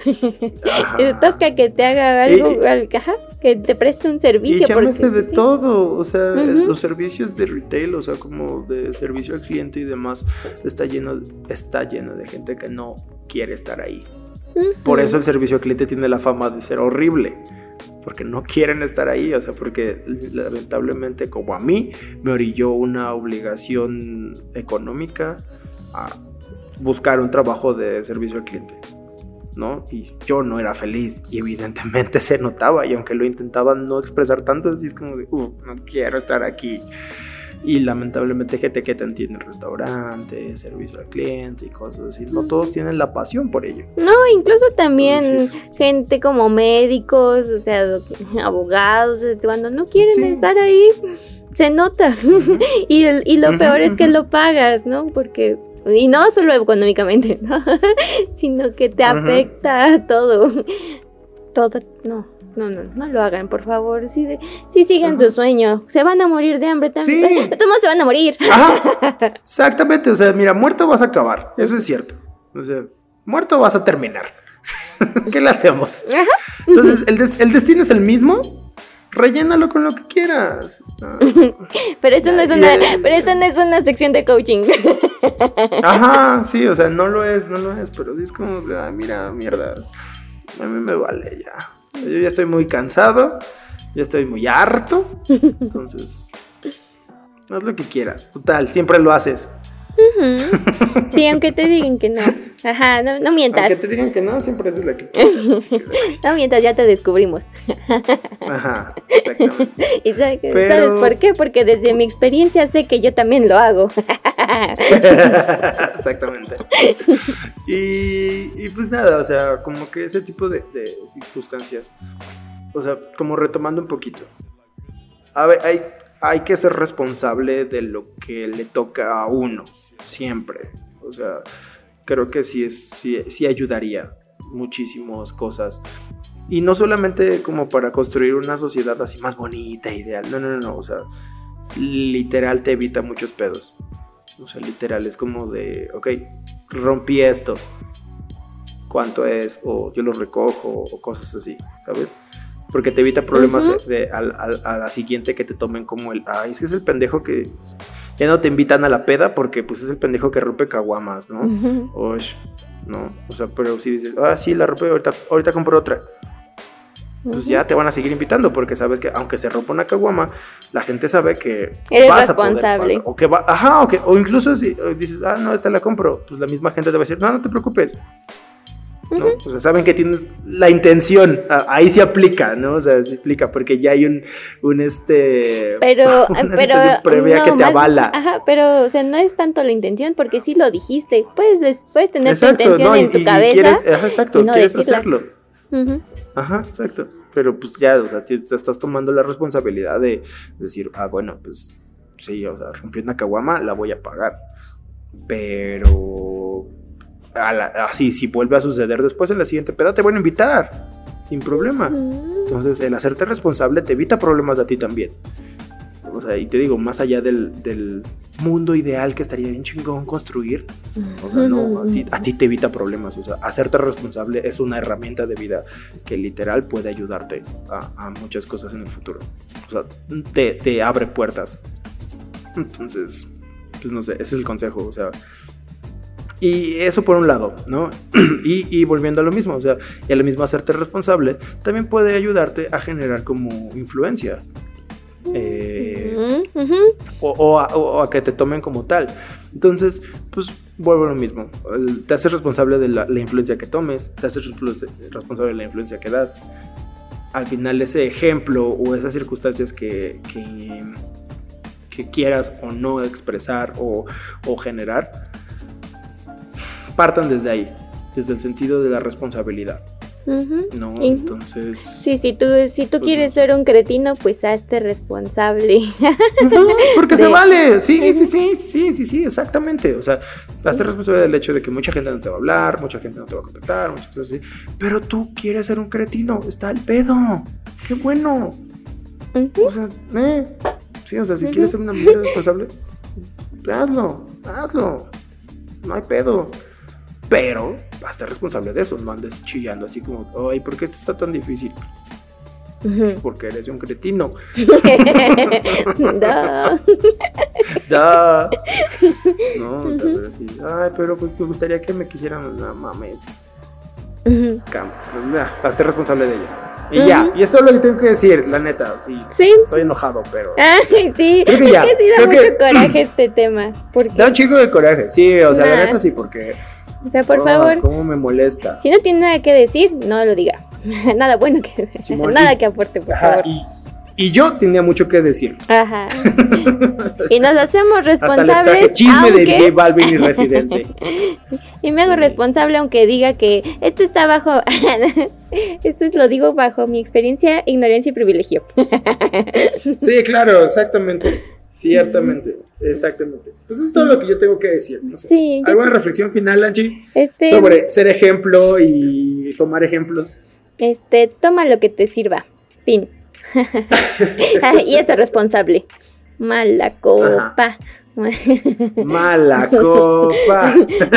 Te toca que te haga algo, y, algo ajá, que te preste un servicio. Y llámese porque, de sí. todo, o sea, uh-huh. los servicios de retail, o sea, como de servicio al cliente y demás, está lleno, está lleno de gente que no quiere estar ahí. Uh-huh. Por eso el servicio al cliente tiene la fama de ser horrible, porque no quieren estar ahí, o sea, porque lamentablemente, como a mí, me orilló una obligación económica a buscar un trabajo de servicio al cliente, ¿no? Y yo no era feliz y evidentemente se notaba, y aunque lo intentaba no expresar tanto, así es como de, uff, no quiero estar aquí. Y lamentablemente gente que te entiende en restaurante, servicio al cliente y cosas así, no todos tienen la pasión por ello. No, incluso también Entonces, gente como médicos, o sea, abogados, cuando no quieren sí. estar ahí, se nota. Uh-huh. y, el, y lo uh-huh, peor es uh-huh. que lo pagas, ¿no? Porque... Y no solo económicamente, ¿no? Sino que te afecta uh-huh. todo. Todo, no, no, no, no lo hagan, por favor. Sí, de, sí sigan uh-huh. su sueño. Se van a morir de hambre también. Sí. De todos se van a morir. Ajá. Exactamente, o sea, mira, muerto vas a acabar, eso es cierto. O sea, muerto vas a terminar. ¿Qué le hacemos? Ajá. Entonces, ¿el, des- el destino es el mismo? Rellénalo con lo que quieras. Ah. Pero esto no es una, pero esto no es una sección de coaching. Ajá, sí, o sea, no lo es, no lo es, pero sí es como, ah, mira, mierda, a mí me vale ya. O sea, yo ya estoy muy cansado, ya estoy muy harto, entonces, haz lo que quieras, total, siempre lo haces. Uh-huh. Sí, aunque te digan que no. Ajá, no, no mientas. Aunque te digan que no, siempre haces la que quieras. Que... No mientas, ya te descubrimos. Ajá, exactamente. ¿Y sabes, Pero... ¿sabes por qué? Porque desde mi experiencia sé que yo también lo hago. Exactamente. Y, y pues nada, o sea, como que ese tipo de, de circunstancias, o sea, como retomando un poquito. A ver, hay, hay que ser responsable de lo que le toca a uno, siempre. O sea, creo que sí, es, sí, sí ayudaría muchísimas cosas. Y no solamente como para construir una sociedad así más bonita, ideal. No, no, no, no. O sea, literal te evita muchos pedos. O sea, literal es como de, ok, rompí esto. ¿Cuánto es? O yo lo recojo, o cosas así, ¿sabes? Porque te evita problemas uh-huh. de, de, a, a, a la siguiente que te tomen como el, ay, es que es el pendejo que ya no te invitan a la peda porque pues es el pendejo que rompe caguamas, ¿no? Uh-huh. Osh, ¿no? O sea, pero si dices, ah, sí, la rompe, ahorita, ahorita compro otra. pues Ujú. ya te van a seguir invitando porque sabes que aunque se rompa una caguama, la gente sabe que Eres vas a poder responsable. pagar, o que va, ajá, o, que, o incluso si o dices, ah, no, esta la compro, pues la misma gente te va a decir, no, no te preocupes, ¿no? Ujú. O sea, saben que tienes la intención, a- ahí sí aplica, ¿no? O sea, sí aplica porque ya hay un, un este, Pero, una pero situación previa no, que te más- avala. Ajá, pero, o sea, no es tanto la intención, porque sí lo dijiste. Puedes, des- puedes tener tu Exacto, intención no, y, en tu y cabeza. quieres, ajá, exacto, y no quieres decirla. hacerlo. Ujú. Ajá, exacto. Pero pues ya, o sea, te, te estás tomando la responsabilidad de decir, ah, bueno, pues sí, o sea, rompí una caguama, la voy a pagar. Pero a la- así, si vuelve a suceder después en la siguiente peda, te van a invitar, sin problema. Mm. Entonces, el hacerte responsable te evita problemas a ti también. O sea, y te digo, más allá del, del mundo ideal que estaría bien chingón construir, o sea, no, a ti, a ti te evita problemas. O sea, hacerte responsable es una herramienta de vida que literal puede ayudarte a, a muchas cosas en el futuro. O sea, te, te abre puertas. Entonces, pues no sé, ese es el consejo. O sea, y eso por un lado, ¿no? y, y volviendo a lo mismo, o sea, y a lo mismo hacerte responsable, también puede ayudarte a generar como influencia. Eh, Ujú, ujú. o, o, a, o a que te tomen como tal. Entonces, pues vuelvo a lo mismo. El- Te haces responsable de la, la influencia que tomes, te haces influ- responsable de la influencia que das. Al final, ese ejemplo o esas circunstancias que, que, que quieras o no expresar o, o generar, partan desde ahí, desde el sentido de la responsabilidad, Ujú. ¿no? Y- Entonces, Sí, si tú, si tú Pues quieres no. ser un cretino, pues hazte responsable. ujú, porque se de- vale, sí, sí, sí, sí, sí, sí, exactamente. O sea, hazte responsable del hecho de que mucha gente no te va a hablar, mucha gente no te va a contactar, muchas cosas así. Pero tú quieres ser un cretino, está el pedo. Qué bueno. Ujú. O sea, eh, sí, o sea, si Ujú. quieres ser una mujer responsable, hazlo, hazlo. No hay pedo. Pero hazte responsable de eso, no andes chillando así como, ay, ¿por qué esto está tan difícil? Ujú. Porque eres un cretino. Da. Da. No, o sea, pero sí. Ay, pero pues me gustaría que me quisieran. No mames. Ujú. Cam- pues, nah, hazte responsable de ella. Y Ujú. ya. Y esto es lo que tengo que decir, la neta. Sí. Sí. Estoy enojado, pero. Ay, sí. Creo que Es ya, que sí da creo mucho que- coraje este tema. Porque, Da un chico de coraje. Sí, o sea, la Nah. neta sí, porque. o sea, por oh, favor, Cómo me molesta. si no tiene nada que decir, no lo diga. Nada bueno que Simón, nada y- que aporte, por Ajá, favor. y, y yo tenía mucho que decir. Ajá. Y nos hacemos Hasta les responsables. traje chisme de aunque- J Balvin y Residente. Y me hago Sí. responsable aunque diga que esto está bajo, esto lo digo bajo mi experiencia, ignorancia y privilegio. Sí, claro, exactamente. Ciertamente, exactamente. Pues eso es todo lo que yo tengo que decir. No sé. Sí, yo- ¿Alguna reflexión final, Angie? este, Sobre ser ejemplo y tomar ejemplos. este, toma lo que te sirva. Fin. Y está responsable. Mala copa. Mala copa.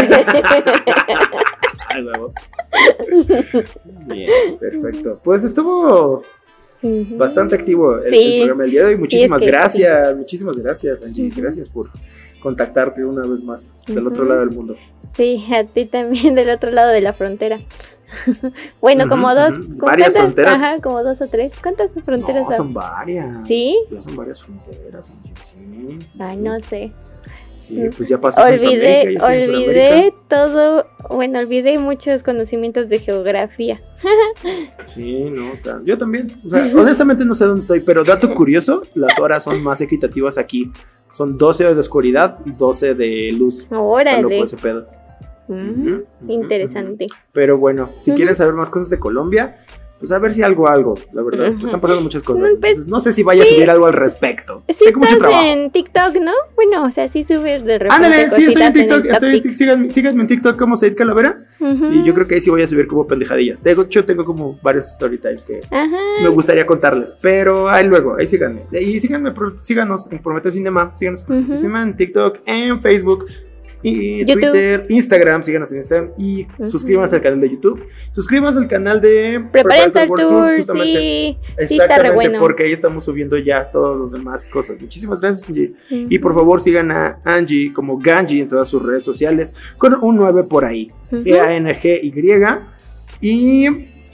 Ay, huevo. Bien, perfecto. Pues estuvo Ujú. bastante activo el, Sí. el programa del día de hoy. Muchísimas que gracias, muchísimas gracias, Angie. Ujú. Gracias por contactarte una vez más del Ujú. otro lado del mundo. Sí, a ti también del otro lado de la frontera. Bueno, Ujú, como dos. ujú. ¿con Varias cuántas? fronteras. Ajá, como dos o tres. ¿Cuántas fronteras No, hay? son varias. ¿Sí? Ya son varias fronteras, Angie. Sí. Ay, sí. no sé. Sí, pues ya pasó Centroamérica, Olvidé, ya estoy en olvidé Sudamérica. todo, bueno, olvidé muchos conocimientos de geografía. Sí, no, está. Yo también. O sea, honestamente no sé dónde estoy, pero dato curioso, las horas son más equitativas aquí. Son doce de oscuridad y doce de luz. Está loco Órale. ese pedo. Ujú, Ujú, ujú, interesante. Pero bueno, si Ujú. quieren saber más cosas de Colombia, pues a ver si algo, algo, la verdad. Ujú. Están pasando muchas cosas. No, pues, Entonces, no sé si vaya a sí. subir algo al respecto. Sí Tengo mucho estás trabajo. en TikTok, ¿no? Bueno, o sea, sí subes de repente Ándale, sí, estoy en cositas TikTok. el Estoy en Tic. tic- síganme, síganme en TikTok como Said Calavera. Ujú. Y yo creo que ahí sí voy a subir como pendejadillas. De hecho, tengo como varios story times que Ajá. me gustaría contarles, pero ahí luego, ahí síganme. Y síganme, pro- síganos en Promete Cinema, síganos en Promete Ujú. Cinema en TikTok, en Facebook, y YouTube. Twitter, Instagram, síganos en Instagram y Ujú. suscríbanse al canal de YouTube. Suscríbanse al canal de Prepárate al World tour, justamente. sí. Sí, está Exactamente, re bueno. porque ahí estamos subiendo ya todas las demás cosas. Muchísimas gracias, Angie. Ujú. Y por favor sigan a Angie como Ganji en todas sus redes sociales con un nueve por ahí. Ujú. G A N G Y. Y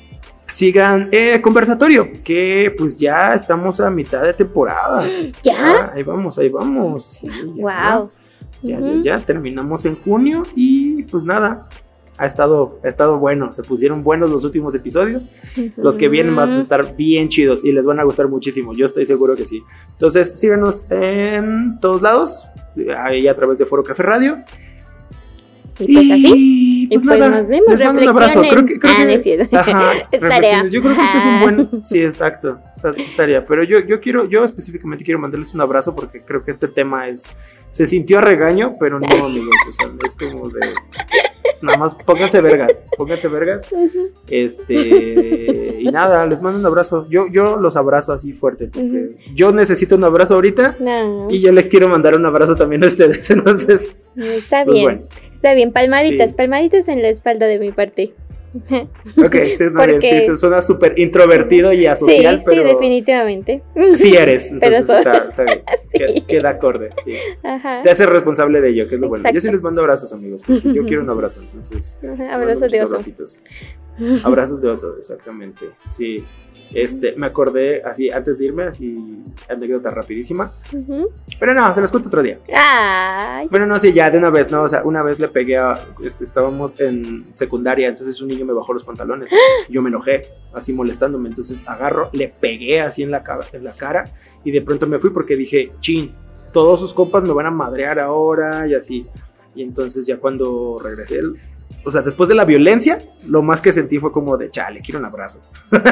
sigan eh, Conversatorio, que pues ya estamos a mitad de temporada. ¿Ya? Ah, ahí vamos, ahí vamos. Sí, ya, Wow. Ya, Uh-huh. ya, ya, terminamos en junio y pues nada, ha estado, ha estado bueno, se pusieron buenos los últimos episodios, uh-huh. Los que vienen van a estar bien chidos y les van a gustar muchísimo, yo estoy seguro que sí. Entonces síganos en todos lados, ahí a través de Foro Café Radio. Y pues así, y pues, y pues nada, nos vemos, les mando un abrazo. Creo que, creo ah, que, no es cierto. Ajá, es tarea. Yo creo que este es un buen, sí, exacto, o sea, es tarea, pero yo, yo quiero, yo específicamente quiero mandarles un abrazo porque creo que este tema es, se sintió a regaño, pero no, amigos, o sea, es como de, nada más pónganse vergas, pónganse vergas, uh-huh. Este, y nada, les mando un abrazo, yo, yo los abrazo así fuerte, porque uh-huh. Yo necesito un abrazo ahorita, no. Y yo les quiero mandar un abrazo también a ustedes, entonces, está pues bien. Bueno. Está bien, palmaditas, Sí. palmaditas en la espalda de mi parte. Ok, sí, no, Porque... bien, sí, suena súper introvertido y asocial, sí, pero... Sí, definitivamente. Sí eres, entonces Pero está, está bien, sí. Queda acorde, sí. Ajá. Te haces responsable de ello, que es lo bueno. Exacto. Yo sí les mando abrazos, amigos, porque yo quiero un abrazo, entonces... Ajá, abrazos de oso. Abracitos. Abrazos de oso, exactamente, sí. Este, me acordé así, antes de irme, así, anécdota rapidísima. Uh-huh. Pero no, se los cuento otro día. Ay. Bueno, no, sí, ya, de una vez, no, o sea, una vez le pegué a, este, estábamos en secundaria, entonces un niño me bajó los pantalones, yo me enojé, así molestándome, entonces agarro, le pegué así en la, en la cara, y de pronto me fui porque dije, chin, todos sus compas me van a madrear ahora, y así, y entonces ya cuando regresé, o sea, después de la violencia, lo más que sentí fue como de, chale, quiero un abrazo.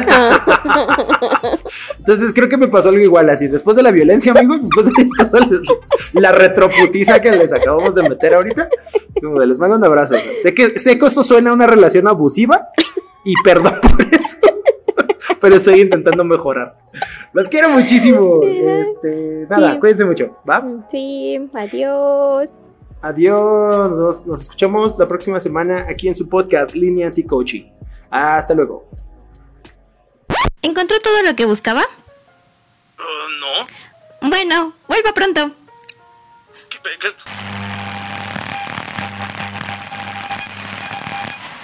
Entonces creo que me pasó algo igual así. Después de la violencia, amigos, después de toda la retroputiza que les acabamos de meter ahorita, como de, les mando un abrazo. O sea, sé, que, sé que eso suena a una relación abusiva y perdón por eso, pero estoy intentando mejorar. Los quiero muchísimo. Este, nada, sí. Cuídense mucho, ¿va? Sí, adiós. Adiós, nos, nos escuchamos la próxima semana aquí en su podcast Línea Anti-Coaching. Hasta luego. ¿Encontró todo lo que buscaba? Uh, no. Bueno, vuelva pronto. ¿Qué, qué?